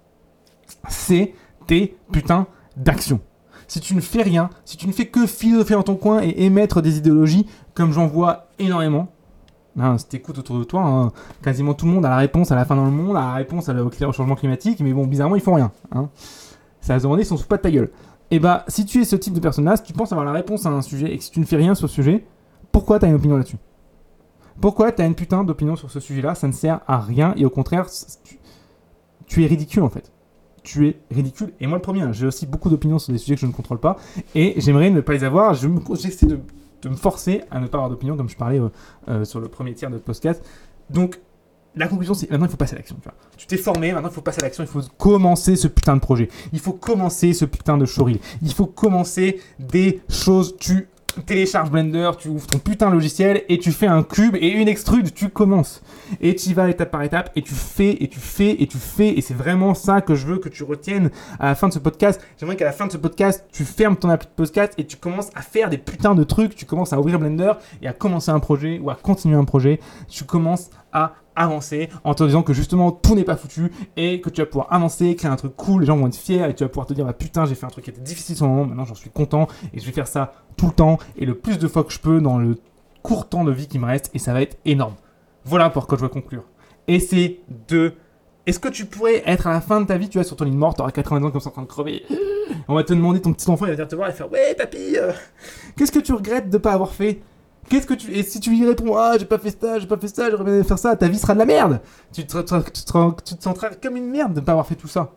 S1: c'est tes putains d'actions. Si tu ne fais rien, si tu ne fais que philosopher dans ton coin et émettre des idéologies, comme j'en vois énormément, hein, si t'écoutes autour de toi, hein, quasiment tout le monde a la réponse à la fin dans le monde, a la réponse au changement climatique, mais bon, bizarrement, ils font rien. Hein. Ça va se demander, ils s'en foutent pas de ta gueule. Et bah, si tu es ce type de personne-là, si tu penses avoir la réponse à un sujet et que si tu ne fais rien sur ce sujet, pourquoi t'as une opinion là-dessus ? Pourquoi t'as une putain d'opinion sur ce sujet-là ? Ça ne sert à rien et au contraire, tu, tu es ridicule en fait. Tu es ridicule. Et moi le premier, hein, j'ai aussi beaucoup d'opinions sur des sujets que je ne contrôle pas et j'aimerais ne pas les avoir. Je me, j'essaie de, de me forcer à ne pas avoir d'opinion comme je parlais euh, euh, sur le premier tiers de notre podcast. Donc, la conclusion, c'est maintenant il faut passer à l'action. Tu vois. Tu t'es formé, maintenant il faut passer à l'action. Il faut commencer ce putain de projet. Il faut commencer ce putain de showreel. Il faut commencer des choses. Tu télécharges Blender, tu ouvres ton putain de logiciel et tu fais un cube et une extrude. Tu commences. Et tu y vas étape par étape et tu fais et tu fais et tu fais. Et c'est vraiment ça que je veux que tu retiennes à la fin de ce podcast. J'aimerais qu'à la fin de ce podcast, tu fermes ton appli de podcast et tu commences à faire des putains de trucs. Tu commences à ouvrir Blender et à commencer un projet ou à continuer un projet. Tu commences à avancer en te disant que justement tout n'est pas foutu et que tu vas pouvoir avancer, créer un truc cool, les gens vont être fiers et tu vas pouvoir te dire bah putain j'ai fait un truc qui était difficile sur le moment, maintenant j'en suis content et je vais faire ça tout le temps et le plus de fois que je peux dans le court temps de vie qui me reste et ça va être énorme. Voilà pourquoi je veux conclure. Essaie de... Est-ce que tu pourrais être à la fin de ta vie, tu vois, sur ton lit de mort, t'auras quatre-vingts ans comme ça en train de crever, on va te demander, ton petit enfant il va venir te voir et faire ouais papy, euh, qu'est-ce que tu regrettes de pas avoir fait ? Qu'est-ce que tu... Et si tu lui réponds « Ah, j'ai pas fait ça, j'ai pas fait ça, j'aurais bien faire ça », ta vie sera de la merde. Tu te, tu te, tu te, tu te sentiras comme une merde de ne pas avoir fait tout ça.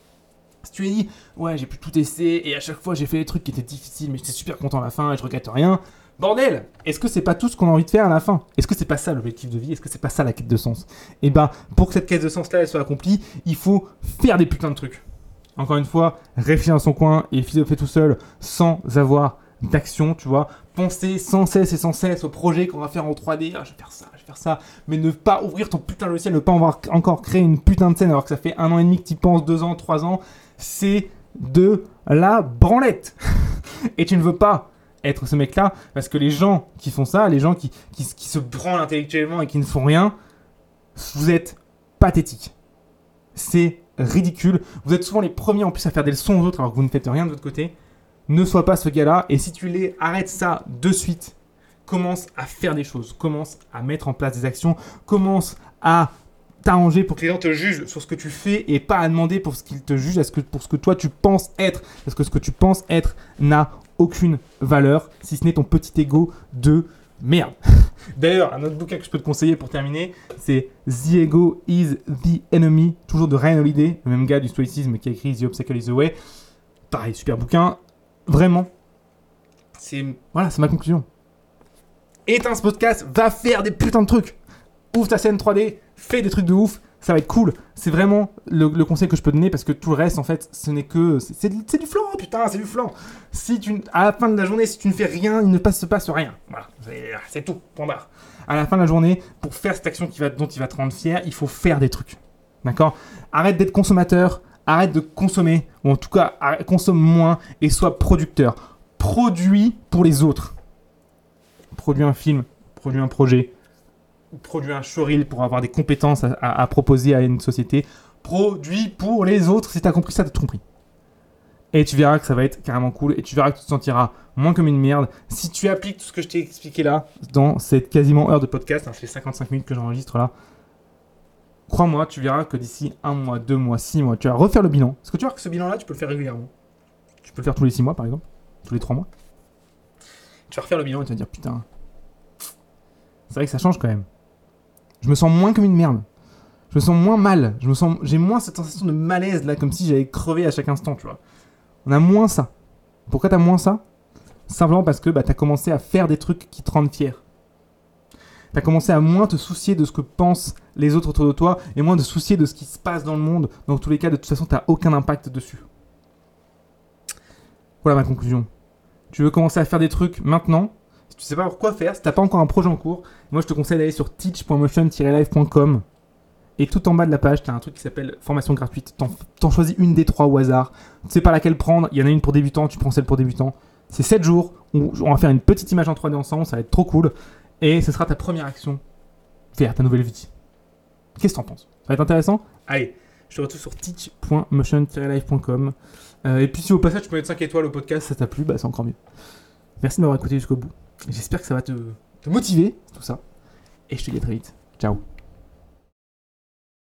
S1: Si tu lui dis « Ouais, j'ai pu tout essayer et à chaque fois j'ai fait des trucs qui étaient difficiles, mais j'étais super content à la fin et je regrette rien. » Bordel, est-ce que c'est pas tout ce qu'on a envie de faire à la fin ? Est-ce que c'est pas ça l'objectif de vie ? Est-ce que c'est pas ça la quête de sens ? Et ben, pour que cette quête de sens-là, elle soit accomplie, il faut faire des putains de trucs. Encore une fois, réfléchir dans son coin et philosopher tout seul sans avoir d'action, tu vois. Penser sans cesse et sans cesse au projet qu'on va faire en trois D. Ah, je vais faire ça, je vais faire ça. Mais ne pas ouvrir ton putain de logiciel, ne pas avoir encore créé une putain de scène alors que ça fait un an et demi que tu y penses, deux ans, trois ans. C'est de la branlette. Et tu ne veux pas être ce mec-là parce que les gens qui font ça, les gens qui, qui, qui se branlent intellectuellement et qui ne font rien, vous êtes pathétiques. C'est ridicule. Vous êtes souvent les premiers en plus à faire des leçons aux autres alors que vous ne faites rien de votre côté. Ne sois pas ce gars-là. Et si tu l'es, arrête ça de suite. Commence à faire des choses. Commence à mettre en place des actions. Commence à t'arranger pour que les gens te jugent sur ce que tu fais et pas à demander pour ce qu'ils te jugent, à ce que, pour ce que toi tu penses être. Parce que ce que tu penses être n'a aucune valeur, si ce n'est ton petit ego de merde. D'ailleurs, un autre bouquin que je peux te conseiller pour terminer, c'est The Ego is the Enemy, toujours de Ryan Holiday, le même gars du stoïcisme qui a écrit The Obstacle is the Way. Pareil, super bouquin. Vraiment, c'est voilà, c'est ma conclusion. Éteins ce podcast, va faire des putains de trucs. Ouvre ta scène trois D, fais des trucs de ouf, ça va être cool. C'est vraiment le, le conseil que je peux te donner parce que tout le reste, en fait, ce n'est que... C'est, c'est, c'est du flan, putain, c'est du flan. Si tu, à la fin de la journée, si tu ne fais rien, il ne passe, se passe rien. Voilà, c'est, c'est tout, point barre. À la fin de la journée, pour faire cette action qui va, dont il va te rendre fier, il faut faire des trucs. D'accord ? Arrête d'être consommateur, arrête de consommer, ou en tout cas, arrête, consomme moins et sois producteur. Produis pour les autres. Produis un film, produis un projet, produis un showreel pour avoir des compétences à, à, à proposer à une société. Produis pour les autres. Si tu as compris ça, tu as tout compris. Et tu verras que ça va être carrément cool. Et tu verras que tu te sentiras moins comme une merde. Si tu appliques tout ce que je t'ai expliqué là, dans cette quasiment heure de podcast, hein, ça fait cinquante-cinq minutes que j'enregistre là, crois-moi, tu verras que d'ici un mois, deux mois, six mois, tu vas refaire le bilan. Parce que tu vois que ce bilan-là, tu peux le faire régulièrement. Tu peux le faire tous les six mois, par exemple. Tous les trois mois. Tu vas refaire le bilan et tu vas dire, putain, c'est vrai que ça change quand même. Je me sens moins comme une merde. Je me sens moins mal. Je me sens, j'ai moins cette sensation de malaise là, comme si j'allais crever à chaque instant, tu vois. On a moins ça. Pourquoi t'as moins ça ? Simplement parce que bah, t'as commencé à faire des trucs qui te rendent fier. T'as commencé à moins te soucier de ce que pensent les autres autour de toi et moins te soucier de ce qui se passe dans le monde. Dans tous les cas, de toute façon, t'as aucun impact dessus. Voilà ma conclusion. Tu veux commencer à faire des trucs maintenant ? Si tu sais pas quoi faire, si t'as pas encore un projet en cours, moi je te conseille d'aller sur teach point motion tiret live point com et tout en bas de la page, t'as un truc qui s'appelle formation gratuite. T'en, t'en choisis une des trois au hasard. Tu sais pas laquelle prendre, il y en a une pour débutants, tu prends celle pour débutants. C'est sept jours où on va faire une petite image en trois D ensemble, ça va être trop cool et ce sera ta première action vers ta nouvelle vie. Qu'est-ce que t'en penses ? Ça va être intéressant ? Allez, je te retrouve sur teach point motion tiret live point com euh, et puis si au passage tu peux mettre cinq étoiles au podcast, ça t'a plu, bah c'est encore mieux. Merci de m'avoir écouté jusqu'au bout. J'espère que ça va te, te motiver, tout ça. Et je te dis à très vite. Ciao.